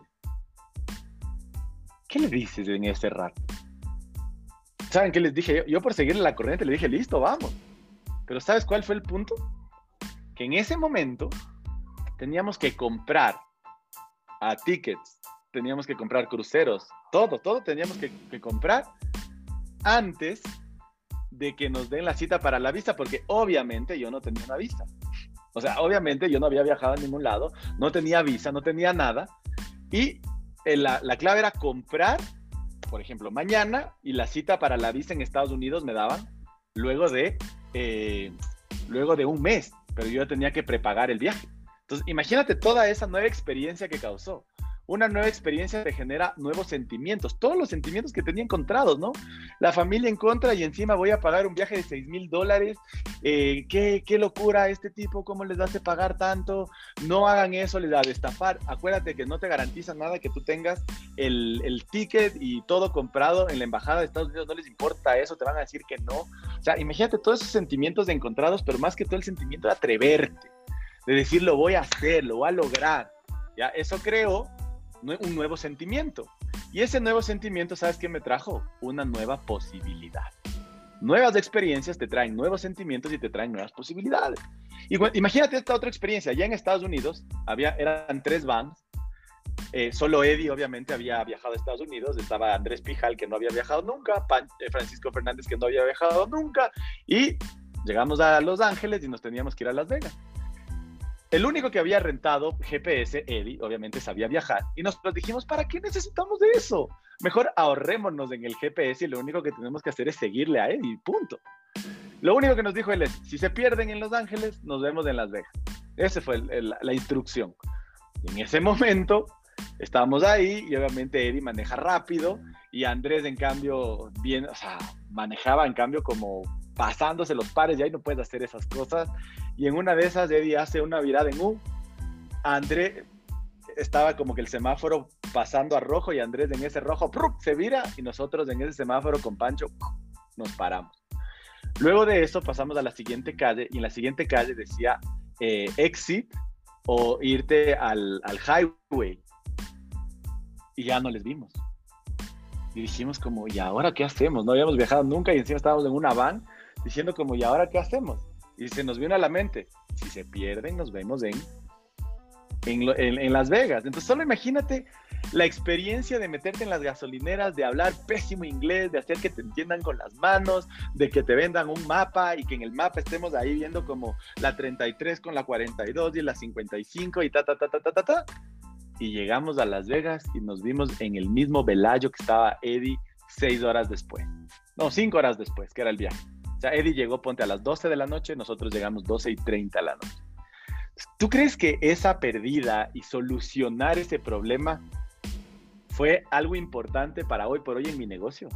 ¿Qué le dices en ese rato? ¿Saben qué les dije yo? Yo por seguirle la corriente le dije, listo, vamos. Pero ¿sabes cuál fue el punto? Que en ese momento teníamos que comprar a tickets, teníamos que comprar cruceros, todo, todo teníamos que, que comprar antes de que nos den la cita para la visa, porque obviamente yo no tenía una visa. O sea, obviamente yo no había viajado a ningún lado, no tenía visa, no tenía nada. Y eh, la, la clave era comprar, por ejemplo, mañana, y la cita para la visa en Estados Unidos me daban luego de, eh, luego de un mes, pero yo tenía que prepagar el viaje. Entonces, imagínate toda esa nueva experiencia que causó. Una nueva experiencia te genera nuevos sentimientos, todos los sentimientos que tenía encontrados, ¿no? La familia en contra y encima voy a pagar un viaje de seis mil dólares. Eh, ¿qué, qué locura este tipo, ¿cómo les hace pagar tanto? No hagan eso, les da de estafar. Acuérdate que no te garantizan nada que tú tengas el, el ticket y todo comprado en la embajada de Estados Unidos, no les importa eso, te van a decir que no. O sea, imagínate todos esos sentimientos de encontrados, pero más que todo el sentimiento de atreverte, de decir lo voy a hacer, lo voy a lograr. Ya, eso creó un nuevo sentimiento. Y ese nuevo sentimiento, ¿sabes qué me trajo? Una nueva posibilidad. Nuevas experiencias te traen nuevos sentimientos y te traen nuevas posibilidades. Y bueno, imagínate esta otra experiencia. Ya en Estados Unidos había, eran tres vans. Eh, solo Eddie, obviamente, había viajado a Estados Unidos. Estaba Andrés Pijal, que no había viajado nunca. Pan, eh, Francisco Fernández, que no había viajado nunca. Y llegamos a Los Ángeles y nos teníamos que ir a Las Vegas. El único que había rentado G P S, Eddie, obviamente sabía viajar, y nosotros dijimos, ¿para qué necesitamos de eso? Mejor ahorrémonos en el G P S y lo único que tenemos que hacer es seguirle a Eddie, punto. Lo único que nos dijo él es, si se pierden en Los Ángeles, nos vemos en Las Vegas. Esa fue el, el, la instrucción. Y en ese momento, estábamos ahí, y obviamente Eddie maneja rápido, y Andrés, en cambio, bien, o sea, manejaba, en cambio, como pasándose los pares, y ahí no puedes hacer esas cosas. Y en una de esas, Eddie hace una virada en U. Andrés estaba como que el semáforo pasando a rojo y Andrés en ese rojo ¡pruc! Se vira y nosotros en ese semáforo con Pancho nos paramos. Luego de eso pasamos a la siguiente calle y en la siguiente calle decía eh, exit o irte al, al highway. Y ya no les vimos. Y dijimos como, ¿y ahora qué hacemos? No habíamos viajado nunca y encima estábamos en una van diciendo como, ¿y ahora qué hacemos? Y se nos vino a la mente, si se pierden, nos vemos en, en, en, en Las Vegas. Entonces, solo imagínate la experiencia de meterte en las gasolineras, de hablar pésimo inglés, de hacer que te entiendan con las manos, de que te vendan un mapa y que en el mapa estemos ahí viendo como la treinta y tres con la cuarenta y dos y la cincuenta y cinco y ta, ta, ta, ta, ta, ta, ta. Y llegamos a Las Vegas y nos vimos en el mismo Velayo que estaba Eddie seis horas después. No, cinco horas después, que era el viaje. O sea, Eddie llegó, ponte, a las doce de la noche, nosotros llegamos doce y treinta de la noche. ¿Tú crees que esa pérdida y solucionar ese problema fue algo importante para hoy por hoy en mi negocio?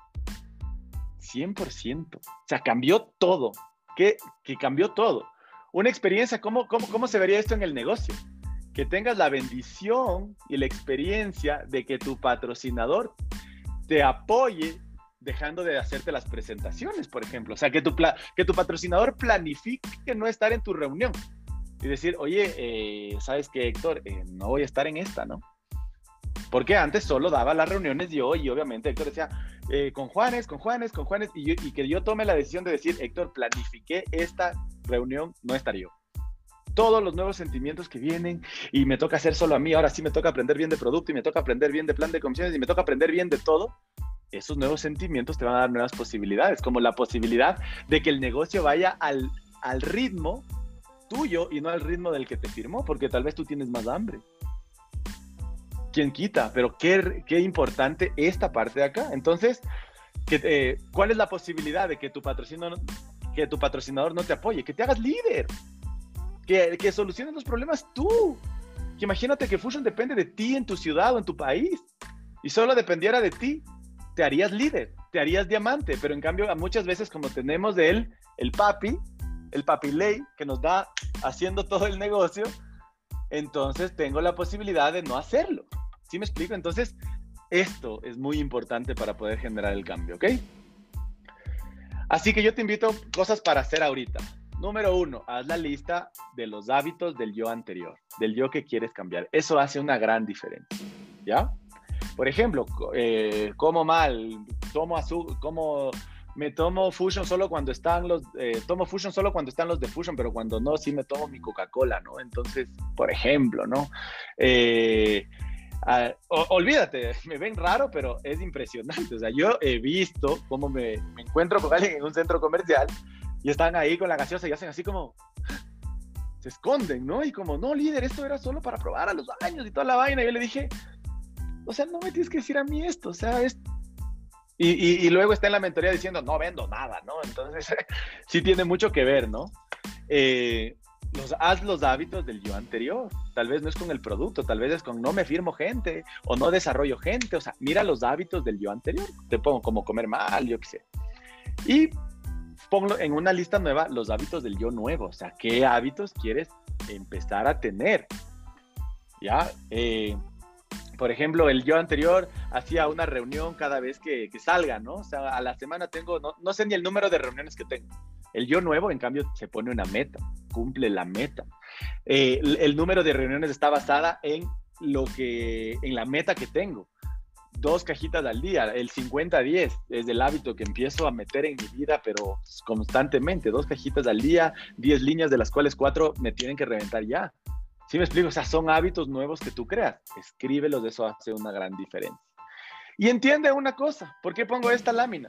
cien por ciento. O sea, cambió todo. ¿Qué? Que cambió todo. Una experiencia, ¿cómo, cómo, cómo se vería esto en el negocio? Que tengas la bendición y la experiencia de que tu patrocinador te apoye dejando de hacerte las presentaciones, por ejemplo. O sea, que tu, que tu patrocinador planifique no estar en tu reunión y decir, oye, eh, ¿sabes qué, Héctor? Eh, no voy a estar en esta, ¿no? Porque antes solo daba las reuniones yo y obviamente Héctor decía, eh, con Juanes, con Juanes, con Juanes, y, yo, y que yo tome la decisión de decir, Héctor, planifiqué esta reunión, no estaré yo. Todos los nuevos sentimientos que vienen y me toca hacer solo a mí, ahora sí me toca aprender bien de producto y me toca aprender bien de plan de comisiones y me toca aprender bien de todo. Esos nuevos sentimientos te van a dar nuevas posibilidades, como la posibilidad de que el negocio vaya al, al ritmo tuyo y no al ritmo del que te firmó, porque tal vez tú tienes más hambre. ¿Quién quita? Pero qué, qué importante esta parte de acá. Entonces, que, eh, ¿cuál es la posibilidad de que tu patrocinador, que tu patrocinador no te apoye? Que te hagas líder, que, que soluciones los problemas tú. Que imagínate que Fusion depende de ti en tu ciudad o en tu país y solo dependiera de ti, te harías líder, te harías diamante, pero en cambio muchas veces como tenemos de él el papi, el papi ley que nos da haciendo todo el negocio, entonces tengo la posibilidad de no hacerlo. ¿Sí me explico? Entonces esto es muy importante para poder generar el cambio, ¿ok? Así que yo te invito cosas para hacer ahorita. Número uno, haz la lista de los hábitos del yo anterior, del yo que quieres cambiar. Eso hace una gran diferencia, ¿ya? Por ejemplo, eh, como mal, tomo azúcar, como me tomo Fusion solo cuando están los, eh, tomo Fusion solo cuando están los de Fusion, pero cuando no, sí me tomo mi Coca-Cola, ¿no? Entonces, por ejemplo, ¿no? Eh, uh, o, olvídate, me ven raro, pero es impresionante. O sea, yo he visto cómo me, me encuentro con alguien en un centro comercial y están ahí con la gaseosa y hacen así como, se esconden, ¿no? Y como, no, líder, esto era solo para probar a los años y toda la vaina. Y yo le dije, o sea, no me tienes que decir a mí esto, o sea, es... Y, y, y luego está en la mentoría diciendo, no vendo nada, ¿no? Entonces, sí tiene mucho que ver, ¿no? Eh, los, haz los hábitos del yo anterior. Tal vez no es con el producto, tal vez es con no me firmo gente o no desarrollo gente. O sea, mira los hábitos del yo anterior. Te pongo como comer mal, yo qué sé. Y ponlo en una lista nueva los hábitos del yo nuevo. O sea, ¿qué hábitos quieres empezar a tener? ¿Ya? Eh, por ejemplo, el yo anterior hacía una reunión cada vez que, que salga, ¿no? O sea, a la semana tengo, no, no sé ni el número de reuniones que tengo. El yo nuevo, en cambio, se pone una meta, cumple la meta. Eh, el, el número de reuniones está basada en lo que, en la meta que tengo. Dos cajitas al día, el cincuenta diez es el hábito que empiezo a meter en mi vida, pero constantemente, dos cajitas al día, diez líneas de las cuales cuatro me tienen que reventar ya. ¿Sí me explico? O sea, son hábitos nuevos que tú creas. Escríbelos, eso hace una gran diferencia. Y entiende una cosa, ¿por qué pongo esta lámina?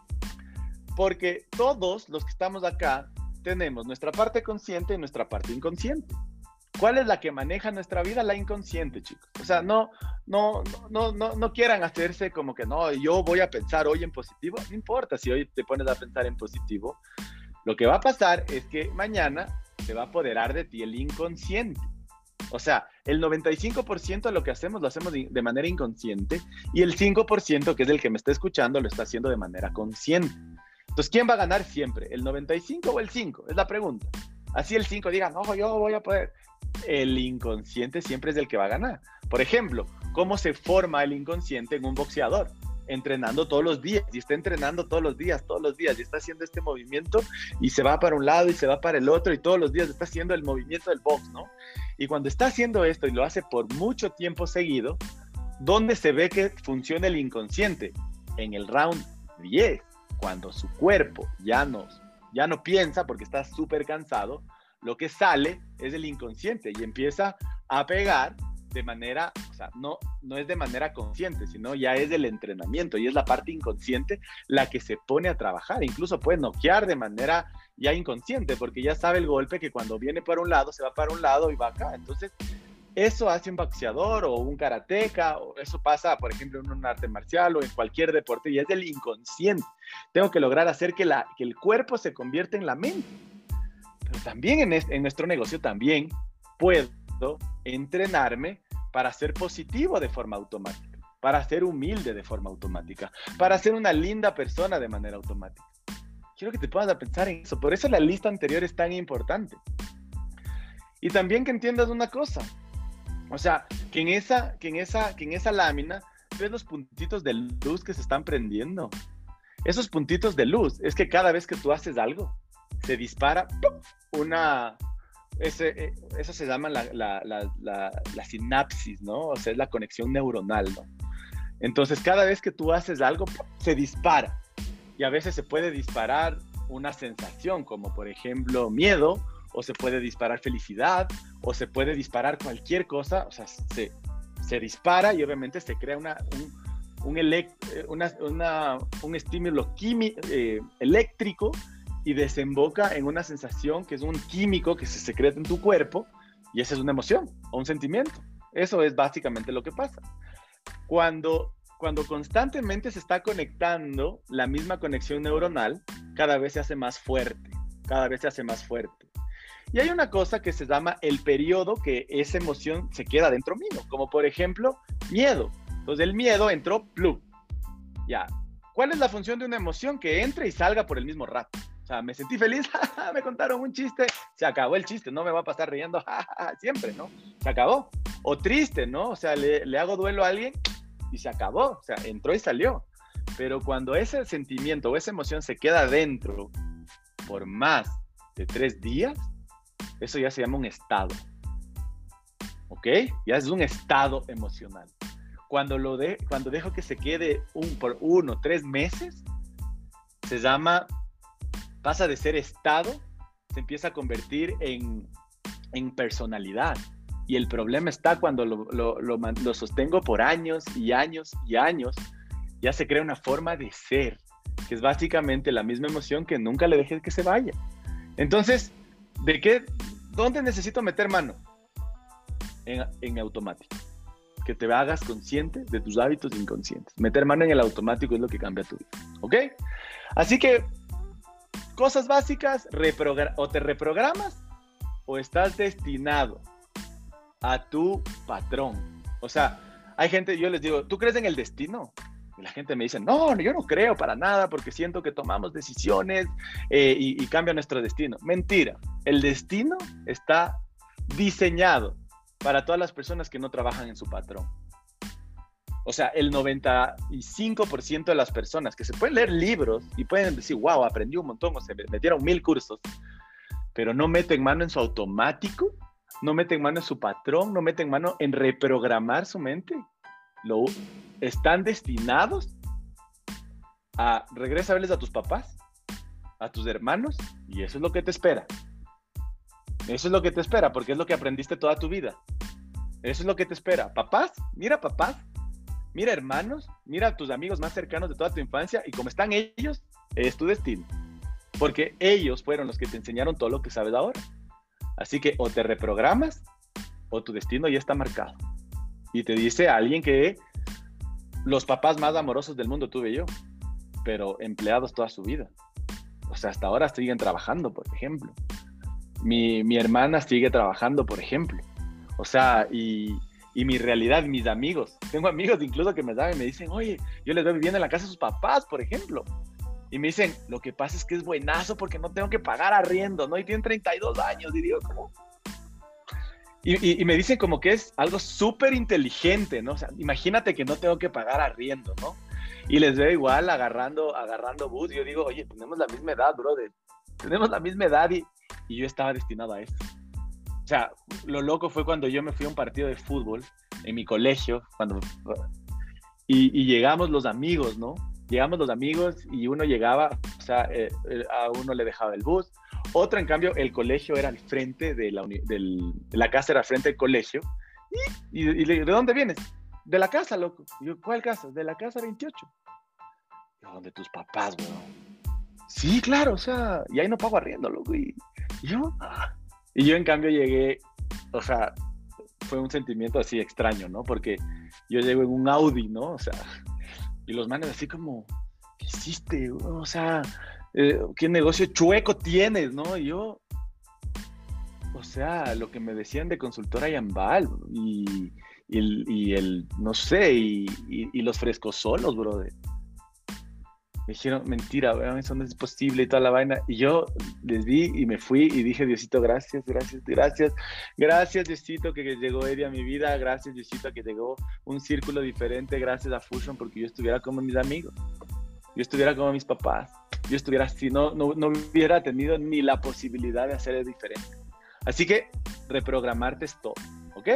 Porque todos los que estamos acá tenemos nuestra parte consciente y nuestra parte inconsciente. ¿Cuál es la que maneja nuestra vida? La inconsciente, chicos. O sea, no, no, no, no, no quieran hacerse como que no, yo voy a pensar hoy en positivo. No importa si hoy te pones a pensar en positivo. Lo que va a pasar es que mañana se va a apoderar de ti el inconsciente. O sea, el noventa y cinco por ciento de lo que hacemos lo hacemos de manera inconsciente y el cinco por ciento, que es el que me está escuchando, lo está haciendo de manera consciente. Entonces, ¿quién va a ganar siempre? ¿El noventa y cinco o el cinco? Es la pregunta. Así el cinco diga, no, yo voy a poder. El inconsciente siempre es el que va a ganar. Por ejemplo, ¿cómo se forma el inconsciente en un boxeador? Entrenando todos los días, y está entrenando todos los días, todos los días, y está haciendo este movimiento, y se va para un lado y se va para el otro, y todos los días está haciendo el movimiento del box, ¿no? Y cuando está haciendo esto y lo hace por mucho tiempo seguido, ¿dónde se ve que funciona el inconsciente? En el round diez, cuando su cuerpo ya no, ya no piensa porque está súper cansado, lo que sale es el inconsciente y empieza a pegar de manera, o sea, no, no es de manera consciente, sino ya es del entrenamiento y es la parte inconsciente la que se pone a trabajar. Incluso puede noquear de manera ya inconsciente porque ya sabe el golpe que cuando viene para un lado, se va para un lado y va acá. Entonces, eso hace un boxeador o un karateca, o eso pasa, por ejemplo, en un arte marcial o en cualquier deporte y es del inconsciente. Tengo que lograr hacer que, la, que el cuerpo se convierta en la mente. Pero también en, este, en nuestro negocio también puedo entrenarme para ser positivo de forma automática, para ser humilde de forma automática, para ser una linda persona de manera automática. Quiero que te pongas a pensar en eso. Por eso la lista anterior es tan importante. Y también que entiendas una cosa. O sea, que en esa, que en esa, que en esa lámina ves los puntitos de luz que se están prendiendo. Esos puntitos de luz es que cada vez que tú haces algo, se dispara ¡pum! una... Ese, eso se llama la, la, la, la, la sinapsis, ¿no? O sea, es la conexión neuronal, ¿no? Entonces, cada vez que tú haces algo, se dispara. Y a veces se puede disparar una sensación, como por ejemplo miedo, o se puede disparar felicidad, o se puede disparar cualquier cosa. O sea, se, se dispara y obviamente se crea una, un, un, elect, una, una, un estímulo químico, eh, eléctrico, y desemboca en una sensación que es un químico que se secreta en tu cuerpo y esa es una emoción o un sentimiento. Eso es básicamente lo que pasa. Cuando, cuando constantemente se está conectando la misma conexión neuronal, cada vez se hace más fuerte, cada vez se hace más fuerte. Y hay una cosa que se llama el periodo que esa emoción se queda dentro mío, como por ejemplo miedo. Entonces el miedo entró, plum. Ya. ¿Cuál es la función de una emoción? Que entre y salga por el mismo rato. O sea, me sentí feliz, me contaron un chiste, se acabó el chiste, no me va a pasar riendo siempre, ¿no? Se acabó. O triste, ¿no? O sea, le, le hago duelo a alguien y se acabó, o sea, entró y salió. Pero cuando ese sentimiento o esa emoción se queda dentro por más de tres días, eso ya se llama un estado, ¿ok? Ya es un estado emocional. Cuando, lo de, cuando dejo que se quede un, por uno, tres meses, se llama... pasa de ser estado, se empieza a convertir en, en personalidad. Y el problema está cuando lo, lo, lo, lo sostengo por años y años y años, ya se crea una forma de ser, que es básicamente la misma emoción que nunca le dejes que se vaya. Entonces, ¿de qué? ¿Dónde necesito meter mano? En, en automático. Que te hagas consciente de tus hábitos inconscientes. Meter mano en el automático es lo que cambia tu vida. ¿Ok? Así que cosas básicas, o te reprogramas o estás destinado a tu patrón. O sea, hay gente, yo les digo, ¿tú crees en el destino? Y la gente me dice, no, yo no creo para nada porque siento que tomamos decisiones eh, y, y cambia nuestro destino. Mentira, el destino está diseñado para todas las personas que no trabajan en su patrón. O sea, el noventa y cinco por ciento de las personas que se pueden leer libros y pueden decir, wow, aprendí un montón, o se metieron mil cursos, pero no meten mano en su automático, no meten mano en su patrón, no meten mano en reprogramar su mente. Lo, están destinados a regresa a verles a tus papás, a tus hermanos, y eso es lo que te espera. Eso es lo que te espera, porque es lo que aprendiste toda tu vida. Eso es lo que te espera. Papás, mira papás, mira hermanos, mira a tus amigos más cercanos de toda tu infancia, y como están ellos, es tu destino. Porque ellos fueron los que te enseñaron todo lo que sabes ahora. Así que o te reprogramas, o tu destino ya está marcado. Y te dice alguien que los papás más amorosos del mundo tuve yo, pero empleados toda su vida. O sea, hasta ahora siguen trabajando, por ejemplo. Mi, mi hermana sigue trabajando, por ejemplo. O sea, y, y mi realidad, mis amigos. Tengo amigos incluso que me saben, me dicen, oye, yo les veo viviendo en la casa de sus papás, por ejemplo. Y me dicen, lo que pasa es que es buenazo porque no tengo que pagar arriendo, ¿no? Y tienen treinta y dos años. Y digo, ¿cómo? Y, y, y me dicen como que es algo súper inteligente, ¿no? O sea, imagínate que no tengo que pagar arriendo, ¿no? Y les veo igual agarrando, agarrando bus. Y yo digo, oye, tenemos la misma edad, brother. Tenemos la misma edad y, y yo estaba destinado a eso. O sea, lo loco fue cuando yo me fui a un partido de fútbol en mi colegio, cuando y, y llegamos los amigos, ¿no? Llegamos los amigos y uno llegaba, o sea, eh, a uno le dejaba el bus. Otro, en cambio, el colegio era al frente de la, uni del, de la casa, era al frente del colegio. Y, y, y le digo, ¿de dónde vienes? De la casa, loco. Y yo, ¿cuál casa? De la casa veintiocho. Yo, ¿de tus papás, weón? Sí, claro, o sea, y ahí no pago arriendo, loco. Y, y yo, ah. Y yo, en cambio, llegué, o sea, fue un sentimiento así extraño, ¿no? Porque yo llego en un Audi, ¿no? O sea, y los manes así como, ¿qué hiciste? O sea, eh, ¿qué negocio chueco tienes, no? Y yo, o sea, lo que me decían de consultora Yambal y, y, el, y el, no sé, y, y, y los frescosolos, brother. Me dijeron, mentira, weón, eso no es posible y toda la vaina. Y yo les vi y me fui y dije, Diosito, gracias, gracias, gracias. Gracias, Diosito, que llegó Eddie a mi vida. Gracias, Diosito, que llegó un círculo diferente. Gracias a Fusion, porque yo estuviera como mis amigos. Yo estuviera como mis papás. Yo estuviera así, no, no, no hubiera tenido ni la posibilidad de hacer diferente. Así que reprogramarte es todo, ¿ok?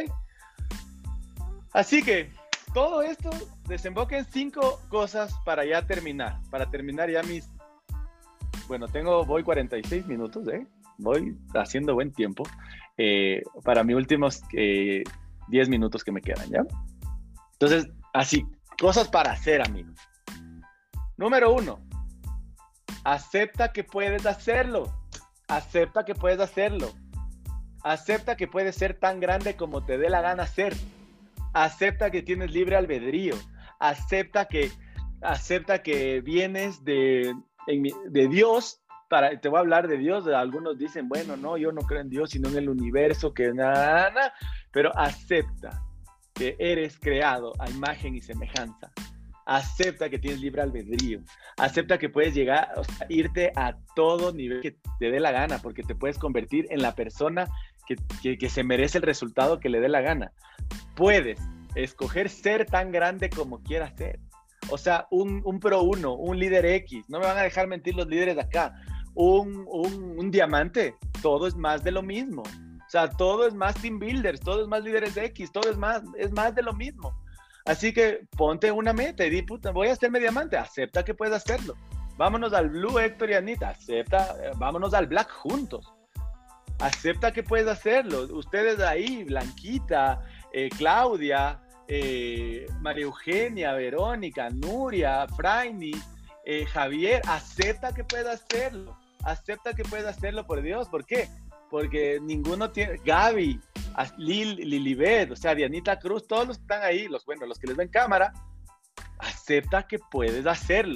Así que todo esto desemboca en cinco cosas para ya terminar. Para terminar ya mis... Bueno, tengo, voy cuarenta y seis minutos, ¿eh? Voy haciendo buen tiempo. Eh, para mis últimos eh, diez minutos que me quedan, ¿ya? Entonces, así, cosas para hacer, amigos. Número uno, acepta que puedes hacerlo. Acepta que puedes hacerlo. Acepta que puedes ser tan grande como te dé la gana ser. Acepta que tienes libre albedrío. Acepta que, acepta que vienes de, de Dios. Para, te voy a hablar de Dios. Algunos dicen, bueno, no, yo no creo en Dios, sino en el universo, que nada, nada. Pero acepta que eres creado a imagen y semejanza. Acepta que tienes libre albedrío. Acepta que puedes llegar, o sea, irte a todo nivel que te dé la gana, porque te puedes convertir en la persona que, que, que se merece el resultado que le dé la gana. Puedes escoger ser tan grande como quieras ser. O sea, un, un pro uno, un líder X. No me van a dejar mentir los líderes de acá. Un, un, un diamante. Todo es más de lo mismo. O sea, todo es más team builders, todo es más líderes X, todo es más, es más de lo mismo. Así que ponte una meta y di, puta, voy a hacerme diamante. Acepta que puedes hacerlo. Vámonos al Blue, Héctor y Anita. Acepta, vámonos al Black juntos. Acepta que puedes hacerlo. Ustedes ahí, Blanquita, eh, Claudia, eh, María Eugenia, Verónica, Nuria, Fraini, eh, Javier, acepta que puedes hacerlo. Acepta que puedes hacerlo, por Dios. ¿Por qué? Porque ninguno tiene... Gaby, Lil, Lilibet, o sea, Dianita Cruz, todos los que están ahí, los, bueno, los que les ven cámara, acepta que puedes hacerlo.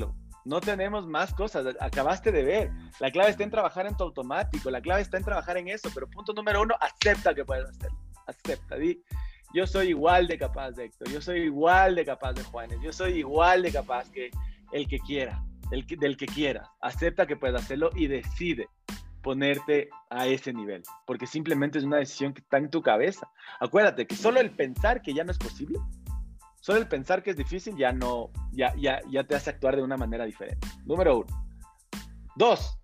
No tenemos más cosas, acabaste de ver. La clave está en trabajar en tu automático, la clave está en trabajar en eso, pero punto número uno, acepta que puedes hacerlo. Acepta, di, yo soy igual de capaz de Héctor, yo soy igual de capaz de Juanes, yo soy igual de capaz que el que quiera, el que, del que quiera. Acepta que puedes hacerlo y decide ponerte a ese nivel, porque simplemente es una decisión que está en tu cabeza. Acuérdate que solo el pensar que ya no es posible, solo el pensar que es difícil ya no, ya, ya, ya te hace actuar de una manera diferente. Número uno. Dos.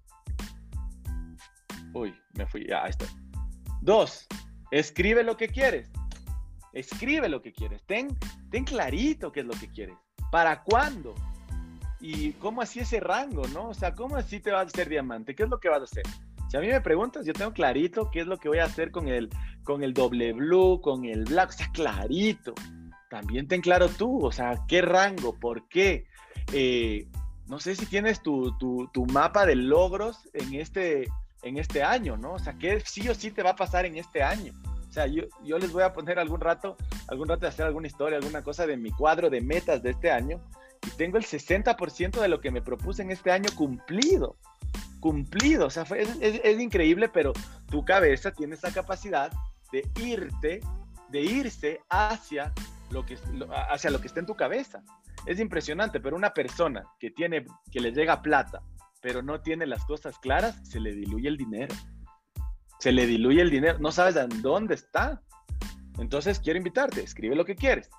Uy, me fui, ya, ahí está. Dos, escribe lo que quieres. Escribe lo que quieres. Ten, ten clarito qué es lo que quieres. ¿Para cuándo? Y cómo así ese rango, ¿no? O sea, ¿cómo así te vas a hacer diamante? ¿Qué es lo que vas a hacer? Si a mí me preguntas, yo tengo clarito qué es lo que voy a hacer con el, con el doble blue, con el black, o sea, clarito. También ten claro tú, o sea, qué rango, por qué. Eh, no sé si tienes tu, tu, tu mapa de logros en este, en este año, ¿no? O sea, qué sí o sí te va a pasar en este año. O sea, yo, yo les voy a poner algún rato, algún rato de hacer alguna historia, alguna cosa de mi cuadro de metas de este año, y tengo el sesenta por ciento de lo que me propuse en este año cumplido. Cumplido, o sea, fue, es, es, es increíble, pero tu cabeza tiene esa capacidad de irte, de irse hacia lo que, hacia lo que está en tu cabeza. Es impresionante, pero una persona que tiene, que le llega plata, pero no tiene las cosas claras, se le diluye el dinero. Se le diluye el dinero, no sabes en dónde está. Entonces, quiero invitarte, escribe lo que quieres.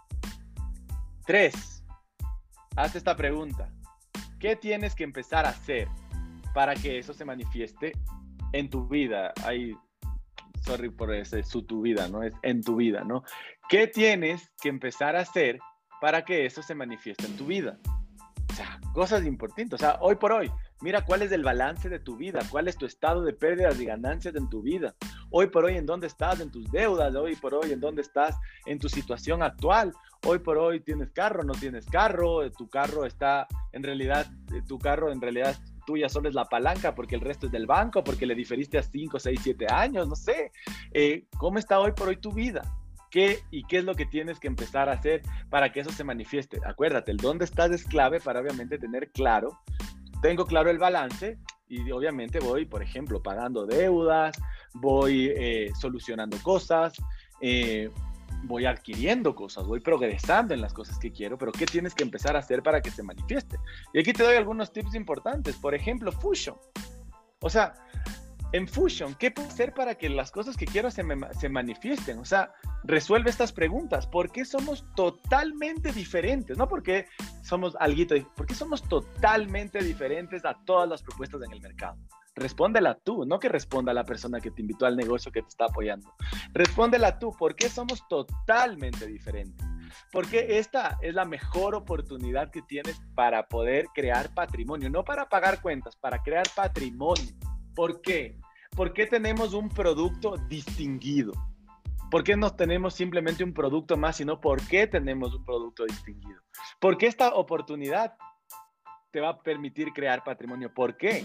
Tres, hazte esta pregunta. ¿Qué tienes que empezar a hacer para que eso se manifieste en tu vida? Ay, sorry por ese, su tu vida, ¿no? Es en tu vida, ¿no? ¿Qué tienes que empezar a hacer para que eso se manifieste en tu vida? O sea, cosas importantes. O sea, hoy por hoy, mira cuál es el balance de tu vida, cuál es tu estado de pérdidas y ganancias en tu vida. Hoy por hoy, en dónde estás en tus deudas, hoy por hoy, en dónde estás en tu situación actual. Hoy por hoy, ¿tienes carro, no tienes carro? Tu carro está, en realidad, tu carro en realidad tuya solo es la palanca porque el resto es del banco, porque le diferiste a cinco, seis, siete años, no sé. Eh, ¿Cómo está hoy por hoy tu vida? ¿Qué y qué es lo que tienes que empezar a hacer para que eso se manifieste? Acuérdate, el dónde estás es clave para obviamente tener claro, tengo claro el balance y obviamente voy, por ejemplo, pagando deudas, voy eh, solucionando cosas, eh, voy adquiriendo cosas, voy progresando en las cosas que quiero, pero ¿qué tienes que empezar a hacer para que se manifieste? Y aquí te doy algunos tips importantes, por ejemplo, Fusion. O sea, en Fusion, ¿qué puedo hacer para que las cosas que quiero se, me, se manifiesten? O sea, resuelve estas preguntas. ¿Por qué somos totalmente diferentes? No porque somos alguito, ¿por qué somos totalmente diferentes a todas las propuestas en el mercado? Respóndela tú, no que responda la persona que te invitó al negocio que te está apoyando. Respóndela tú, ¿por qué somos totalmente diferentes? Porque esta es la mejor oportunidad que tienes para poder crear patrimonio, no para pagar cuentas, para crear patrimonio. ¿Por qué? ¿Por qué tenemos un producto distinguido? ¿Por qué no tenemos simplemente un producto más, sino por qué tenemos un producto distinguido? Porque esta oportunidad te va a permitir crear patrimonio. ¿Por qué?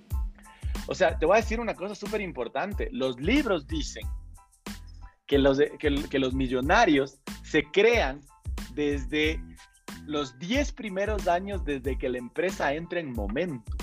O sea, te voy a decir una cosa súper importante. Los libros dicen que los, que, que los millonarios se crean desde los diez primeros años desde que la empresa entra en momentum.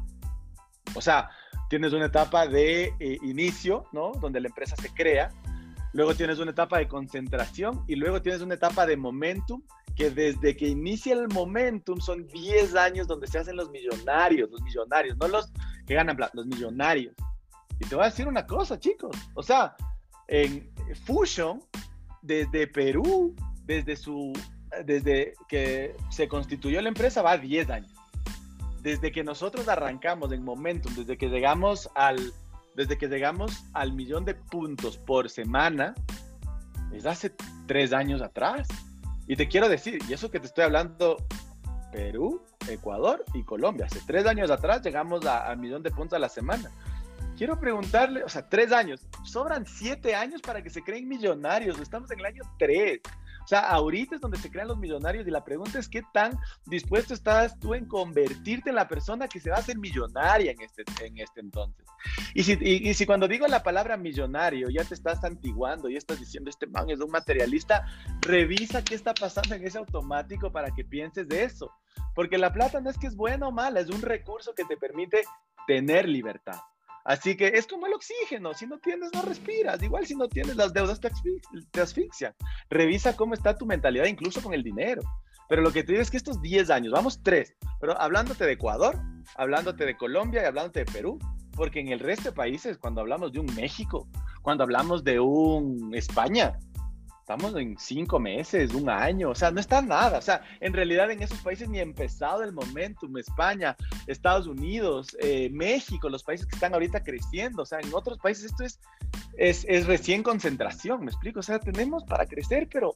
O sea, tienes una etapa de eh, inicio, ¿no? Donde la empresa se crea. Luego tienes una etapa de concentración y luego tienes una etapa de momentum, que desde que inicia el momentum son diez años donde se hacen los millonarios, los millonarios, no los que ganan plata, los millonarios. Y te voy a decir una cosa, chicos. O sea, en Fusion, desde Perú, desde, su, desde que se constituyó la empresa, va a diez años. Desde que nosotros arrancamos en Momentum, desde que llegamos al, desde que llegamos al millón de puntos por semana, es hace tres años atrás. Y te quiero decir, y eso que te estoy hablando, Perú, Ecuador y Colombia. Hace tres años atrás llegamos al millón de puntos a la semana. Quiero preguntarle, o sea, tres años, sobran siete años para que se creen millonarios. Estamos en el año tres. O sea, ahorita es donde se crean los millonarios y la pregunta es qué tan dispuesto estás tú en convertirte en la persona que se va a hacer millonaria en este, en este entonces. Y si, y, y si cuando digo la palabra millonario ya te estás santiguando y estás diciendo este man es un materialista, revisa qué está pasando en ese automático para que pienses de eso. Porque la plata no es que es buena o mala, es un recurso que te permite tener libertad. Así que es como el oxígeno, si no tienes no respiras, igual si no tienes las deudas te, asfix te asfixian. Revisa cómo está tu mentalidad incluso con el dinero. Pero lo que te digo es que estos diez años, vamos tres, pero hablándote de Ecuador, hablándote de Colombia y hablándote de Perú, porque en el resto de países, cuando hablamos de un México, cuando hablamos de un España, estamos en cinco meses, un año, o sea, no está nada. O sea, en realidad en esos países ni ha empezado el momentum. España, Estados Unidos, eh, México, los países que están ahorita creciendo. O sea, en otros países esto es, es, es recién concentración, ¿me explico? O sea, tenemos para crecer, pero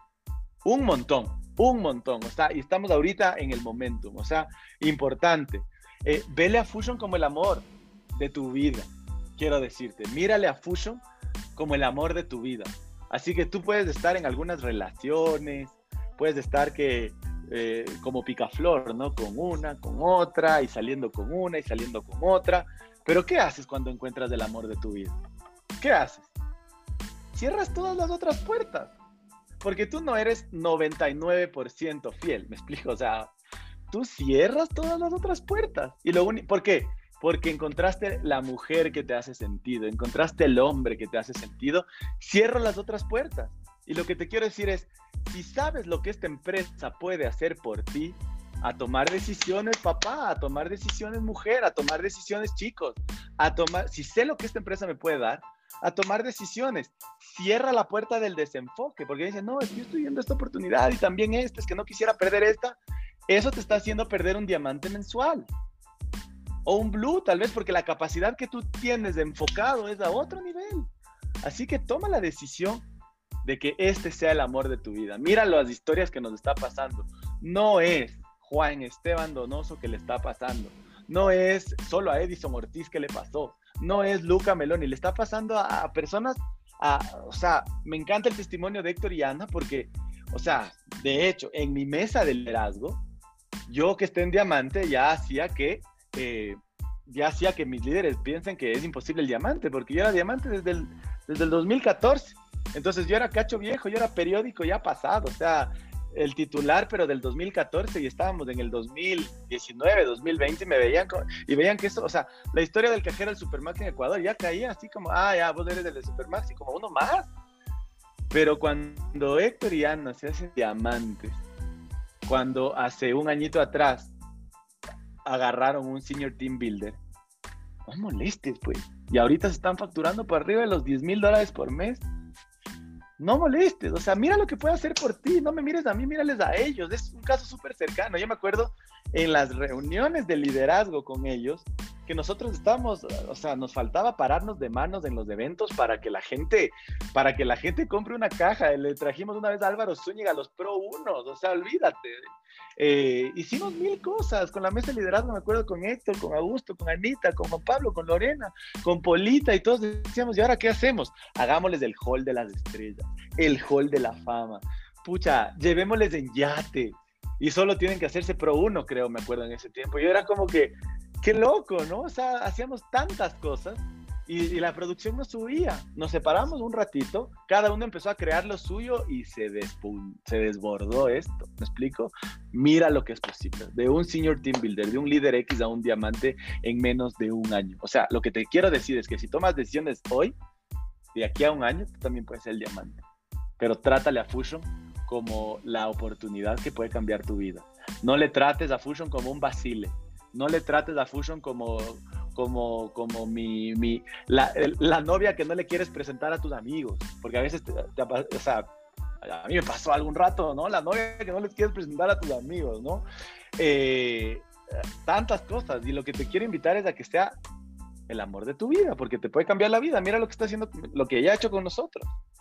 un montón, un montón. O sea, y estamos ahorita en el momentum. O sea, importante. Eh, vele a Fusion como el amor de tu vida, quiero decirte. Mírale a Fusion como el amor de tu vida. Así que tú puedes estar en algunas relaciones, puedes estar que, eh, como picaflor, ¿no? Con una, con otra, y saliendo con una, y saliendo con otra. Pero ¿qué haces cuando encuentras el amor de tu vida? ¿Qué haces? Cierras todas las otras puertas. Porque tú no eres noventa y nueve por ciento fiel, ¿me explico? O sea, tú cierras todas las otras puertas. Y lo único, ¿por qué? Porque encontraste la mujer que te hace sentido, encontraste el hombre que te hace sentido, cierra las otras puertas. Y lo que te quiero decir es, si sabes lo que esta empresa puede hacer por ti, a tomar decisiones, papá, a tomar decisiones, mujer, a tomar decisiones, chicos, a tomar, si sé lo que esta empresa me puede dar, a tomar decisiones, cierra la puerta del desenfoque, porque dicen, no, es que yo estoy viendo esta oportunidad y también esta, es que no quisiera perder esta. Eso te está haciendo perder un diamante mensual. O un blue, tal vez, porque la capacidad que tú tienes de enfocado es a otro nivel. Así que toma la decisión de que este sea el amor de tu vida. Mira las historias que nos está pasando. No es Juan Esteban Donoso que le está pasando. No es solo a Edison Ortiz que le pasó. No es Luca Meloni. Le está pasando a, a personas, a, o sea, me encanta el testimonio de Héctor y Ana porque, o sea, de hecho, en mi mesa de liderazgo, yo que esté en diamante ya hacía que Eh, ya hacía que mis líderes piensen que es imposible el diamante, porque yo era diamante desde el, desde el dos mil catorce, entonces yo era cacho viejo, yo era periódico ya pasado, o sea, el titular pero del dos mil catorce y estábamos en el dos mil diecinueve, dos mil veinte y me veían como, y veían que eso, o sea, la historia del cajero del Supermax en Ecuador ya caía así como, ah, ya, vos eres del Supermax y como uno más, pero cuando Héctor y Ana se hacen diamantes, cuando hace un añito atrás agarraron un senior team builder, no molestes pues, y ahorita se están facturando por arriba de los diez mil dólares por mes, no molestes, o sea, mira lo que puede hacer por ti, no me mires a mí, mírales a ellos, es un caso súper cercano. Yo me acuerdo en las reuniones de liderazgo con ellos, que nosotros estábamos, o sea, nos faltaba pararnos de manos en los eventos para que la gente, para que la gente compre una caja. Le trajimos una vez a Álvaro Zúñiga los Pro Unos, o sea, olvídate. Eh, hicimos mil cosas con la mesa de liderazgo, me acuerdo, con Héctor, con Augusto, con Anita, con Juan Pablo, con Lorena, con Polita, y todos decíamos, ¿y ahora qué hacemos? Hagámosles el hall de las estrellas, el hall de la fama, pucha, llevémosles en yate, y solo tienen que hacerse Pro Uno, creo, me acuerdo en ese tiempo. Yo era como que, qué loco, ¿no? O sea, hacíamos tantas cosas y, y la producción no subía. Nos separamos un ratito, cada uno empezó a crear lo suyo y se, se desbordó esto. ¿Me explico? Mira lo que es posible. De un senior team builder, de un líder X a un diamante en menos de un año. O sea, lo que te quiero decir es que si tomas decisiones hoy, de aquí a un año, tú también puedes ser el diamante. Pero trátale a Fusion como la oportunidad que puede cambiar tu vida. No le trates a Fusion como un vacile. No le trates a Fusion como, como, como mi, mi, la, la novia que no le quieres presentar a tus amigos. Porque a veces, te, te, o sea, a mí me pasó algún rato, ¿no? La novia que no les quieres presentar a tus amigos, ¿no? Eh, tantas cosas. Y lo que te quiero invitar es a que sea el amor de tu vida, porque te puede cambiar la vida. Mira lo que está haciendo, lo que ella ha hecho con nosotros.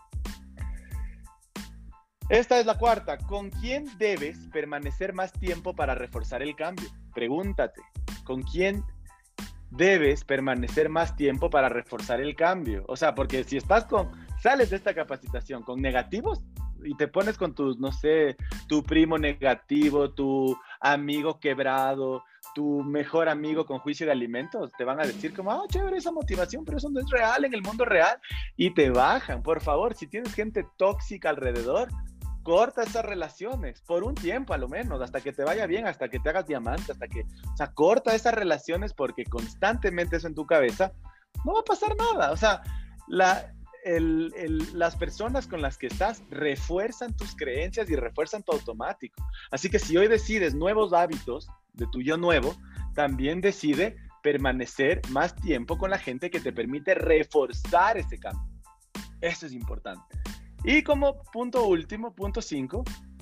Esta es la cuarta. ¿Con quién debes permanecer más tiempo para reforzar el cambio? Pregúntate, ¿con quién debes permanecer más tiempo para reforzar el cambio? O sea, porque si estás con, sales de esta capacitación con negativos, y te pones con tus, no sé, tu primo negativo, tu amigo quebrado, tu mejor amigo con juicio de alimentos, te van a decir como, ah, chévere esa motivación, pero eso no es real en el mundo real, y te bajan. Por favor, si tienes gente tóxica alrededor, corta esas relaciones, por un tiempo a lo menos, hasta que te vaya bien, hasta que te hagas diamante, hasta que, o sea, corta esas relaciones, porque constantemente eso en tu cabeza, no va a pasar nada. O sea, la, el, el, las personas con las que estás refuerzan tus creencias y refuerzan tu automático. Así que si hoy decides nuevos hábitos de tu yo nuevo, también decide permanecer más tiempo con la gente que te permite reforzar ese cambio. Eso es importante. Y como punto último, punto cinco,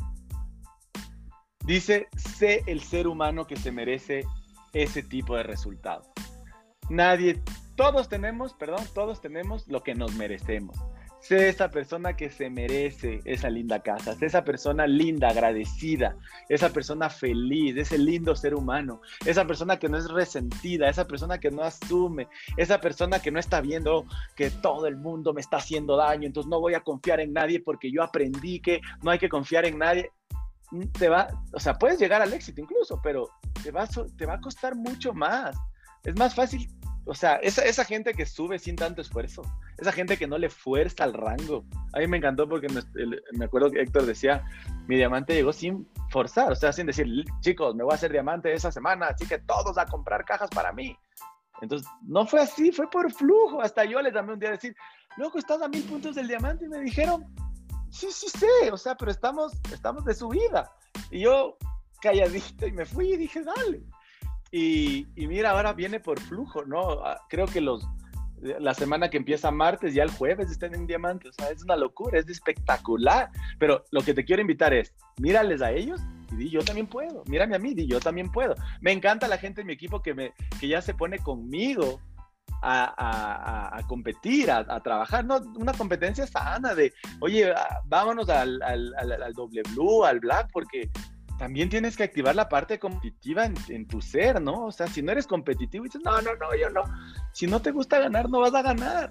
dice, sé el ser humano que se merece ese tipo de resultado. Nadie, todos tenemos, perdón, todos tenemos lo que nos merecemos. Sé esa persona que se merece esa linda casa, sé esa persona linda, agradecida, esa persona feliz, ese lindo ser humano, esa persona que no es resentida, esa persona que no asume, esa persona que no está viendo que todo el mundo me está haciendo daño, entonces no voy a confiar en nadie porque yo aprendí que no hay que confiar en nadie. Te va, o sea, puedes llegar al éxito incluso, pero te va, te va a costar mucho más. Es más fácil. O sea, esa, esa gente que sube sin tanto esfuerzo, esa gente que no le fuerza al rango. A mí me encantó porque me, me acuerdo que Héctor decía, mi diamante llegó sin forzar, o sea, sin decir, chicos, me voy a hacer diamante esa semana, así que todos a comprar cajas para mí. Entonces, no fue así, fue por flujo. Hasta yo les llamé un día a decir, loco, estás a mil puntos del diamante, y me dijeron, sí, sí sé, o sea, pero estamos, estamos de subida. Y yo, calladito, y me fui y dije, dale. Y, y mira, ahora viene por flujo, ¿no? Creo que los, la semana que empieza martes, ya el jueves están en diamante. O sea, es una locura, es espectacular. Pero lo que te quiero invitar es, mírales a ellos y di, yo también puedo. Mírame a mí, di, yo también puedo. Me encanta la gente de mi equipo que, me, que ya se pone conmigo a, a, a competir, a, a trabajar, ¿no? Una competencia sana de, oye, vámonos al, al, al, al doble blue, al black, porque también tienes que activar la parte competitiva en, en tu ser, ¿no? O sea, si no eres competitivo y dices, no, no, no, yo no. Si no te gusta ganar, no vas a ganar.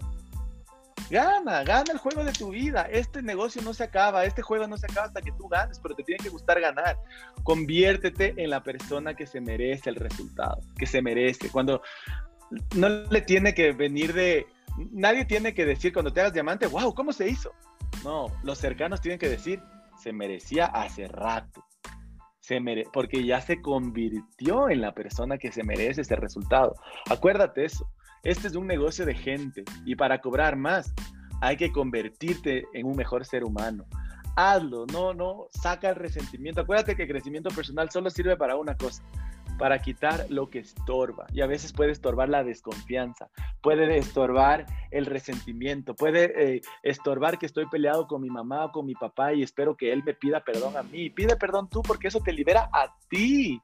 Gana, gana el juego de tu vida. Este negocio no se acaba, este juego no se acaba hasta que tú ganes, pero te tiene que gustar ganar. Conviértete en la persona que se merece el resultado, que se merece. Cuando no le tiene que venir de... Nadie tiene que decir cuando te hagas diamante, wow, ¿cómo se hizo? No, los cercanos tienen que decir, se merecía hace rato. Se mere- porque ya se convirtió en la persona que se merece ese resultado. Acuérdate eso. Este es un negocio de gente y para cobrar más hay que convertirte en un mejor ser humano. Hazlo, no, no, saca el resentimiento. Acuérdate que el crecimiento personal solo sirve para una cosa, para quitar lo que estorba. Y a veces puede estorbar la desconfianza, puede estorbar el resentimiento, puede eh, estorbar que estoy peleado con mi mamá o con mi papá y espero que él me pida perdón a mí. Pide perdón tú porque eso te libera a ti.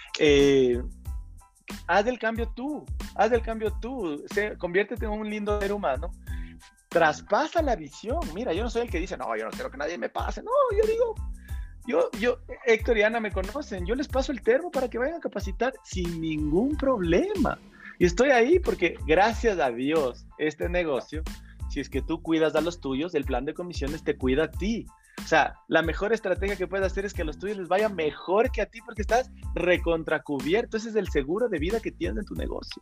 Eh, haz el cambio tú, haz el cambio tú. Se, conviértete en un lindo ser humano. Traspasa la visión. Mira, yo no soy el que dice, no, yo no quiero que nadie me pase. No, yo digo... Yo, yo, Héctor y Ana me conocen, yo les paso el termo para que vayan a capacitar sin ningún problema. Y estoy ahí porque, gracias a Dios, este negocio, si es que tú cuidas a los tuyos, el plan de comisiones te cuida a ti. O sea, la mejor estrategia que puedes hacer es que a los tuyos les vaya mejor que a ti porque estás recontracubierto. Ese es el seguro de vida que tienes en tu negocio.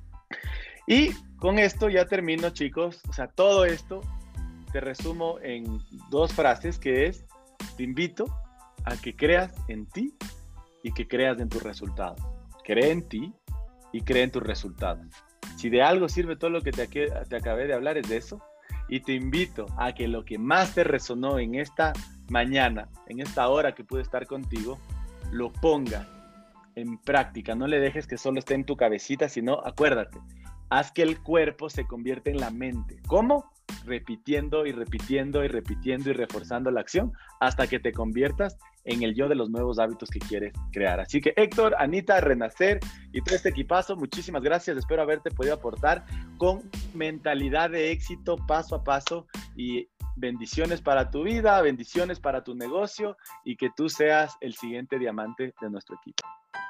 Y con esto ya termino, chicos. O sea, todo esto te resumo en dos frases, que es, te invito a que creas en ti y que creas en tus resultados. Cree en ti y cree en tus resultados. Si de algo sirve todo lo que te, te acabé de hablar, es de eso. Y te invito a que lo que más te resonó en esta mañana, en esta hora que pude estar contigo, lo pongas en práctica. No le dejes que solo esté en tu cabecita, sino acuérdate, haz que el cuerpo se convierta en la mente. ¿Cómo? Repitiendo y repitiendo y repitiendo y reforzando la acción hasta que te conviertas en el yo de los nuevos hábitos que quieres crear. Así que Héctor, Anita, Renacer y todo este equipazo, muchísimas gracias. Espero haberte podido aportar con mentalidad de éxito paso a paso y bendiciones para tu vida, bendiciones para tu negocio y que tú seas el siguiente diamante de nuestro equipo.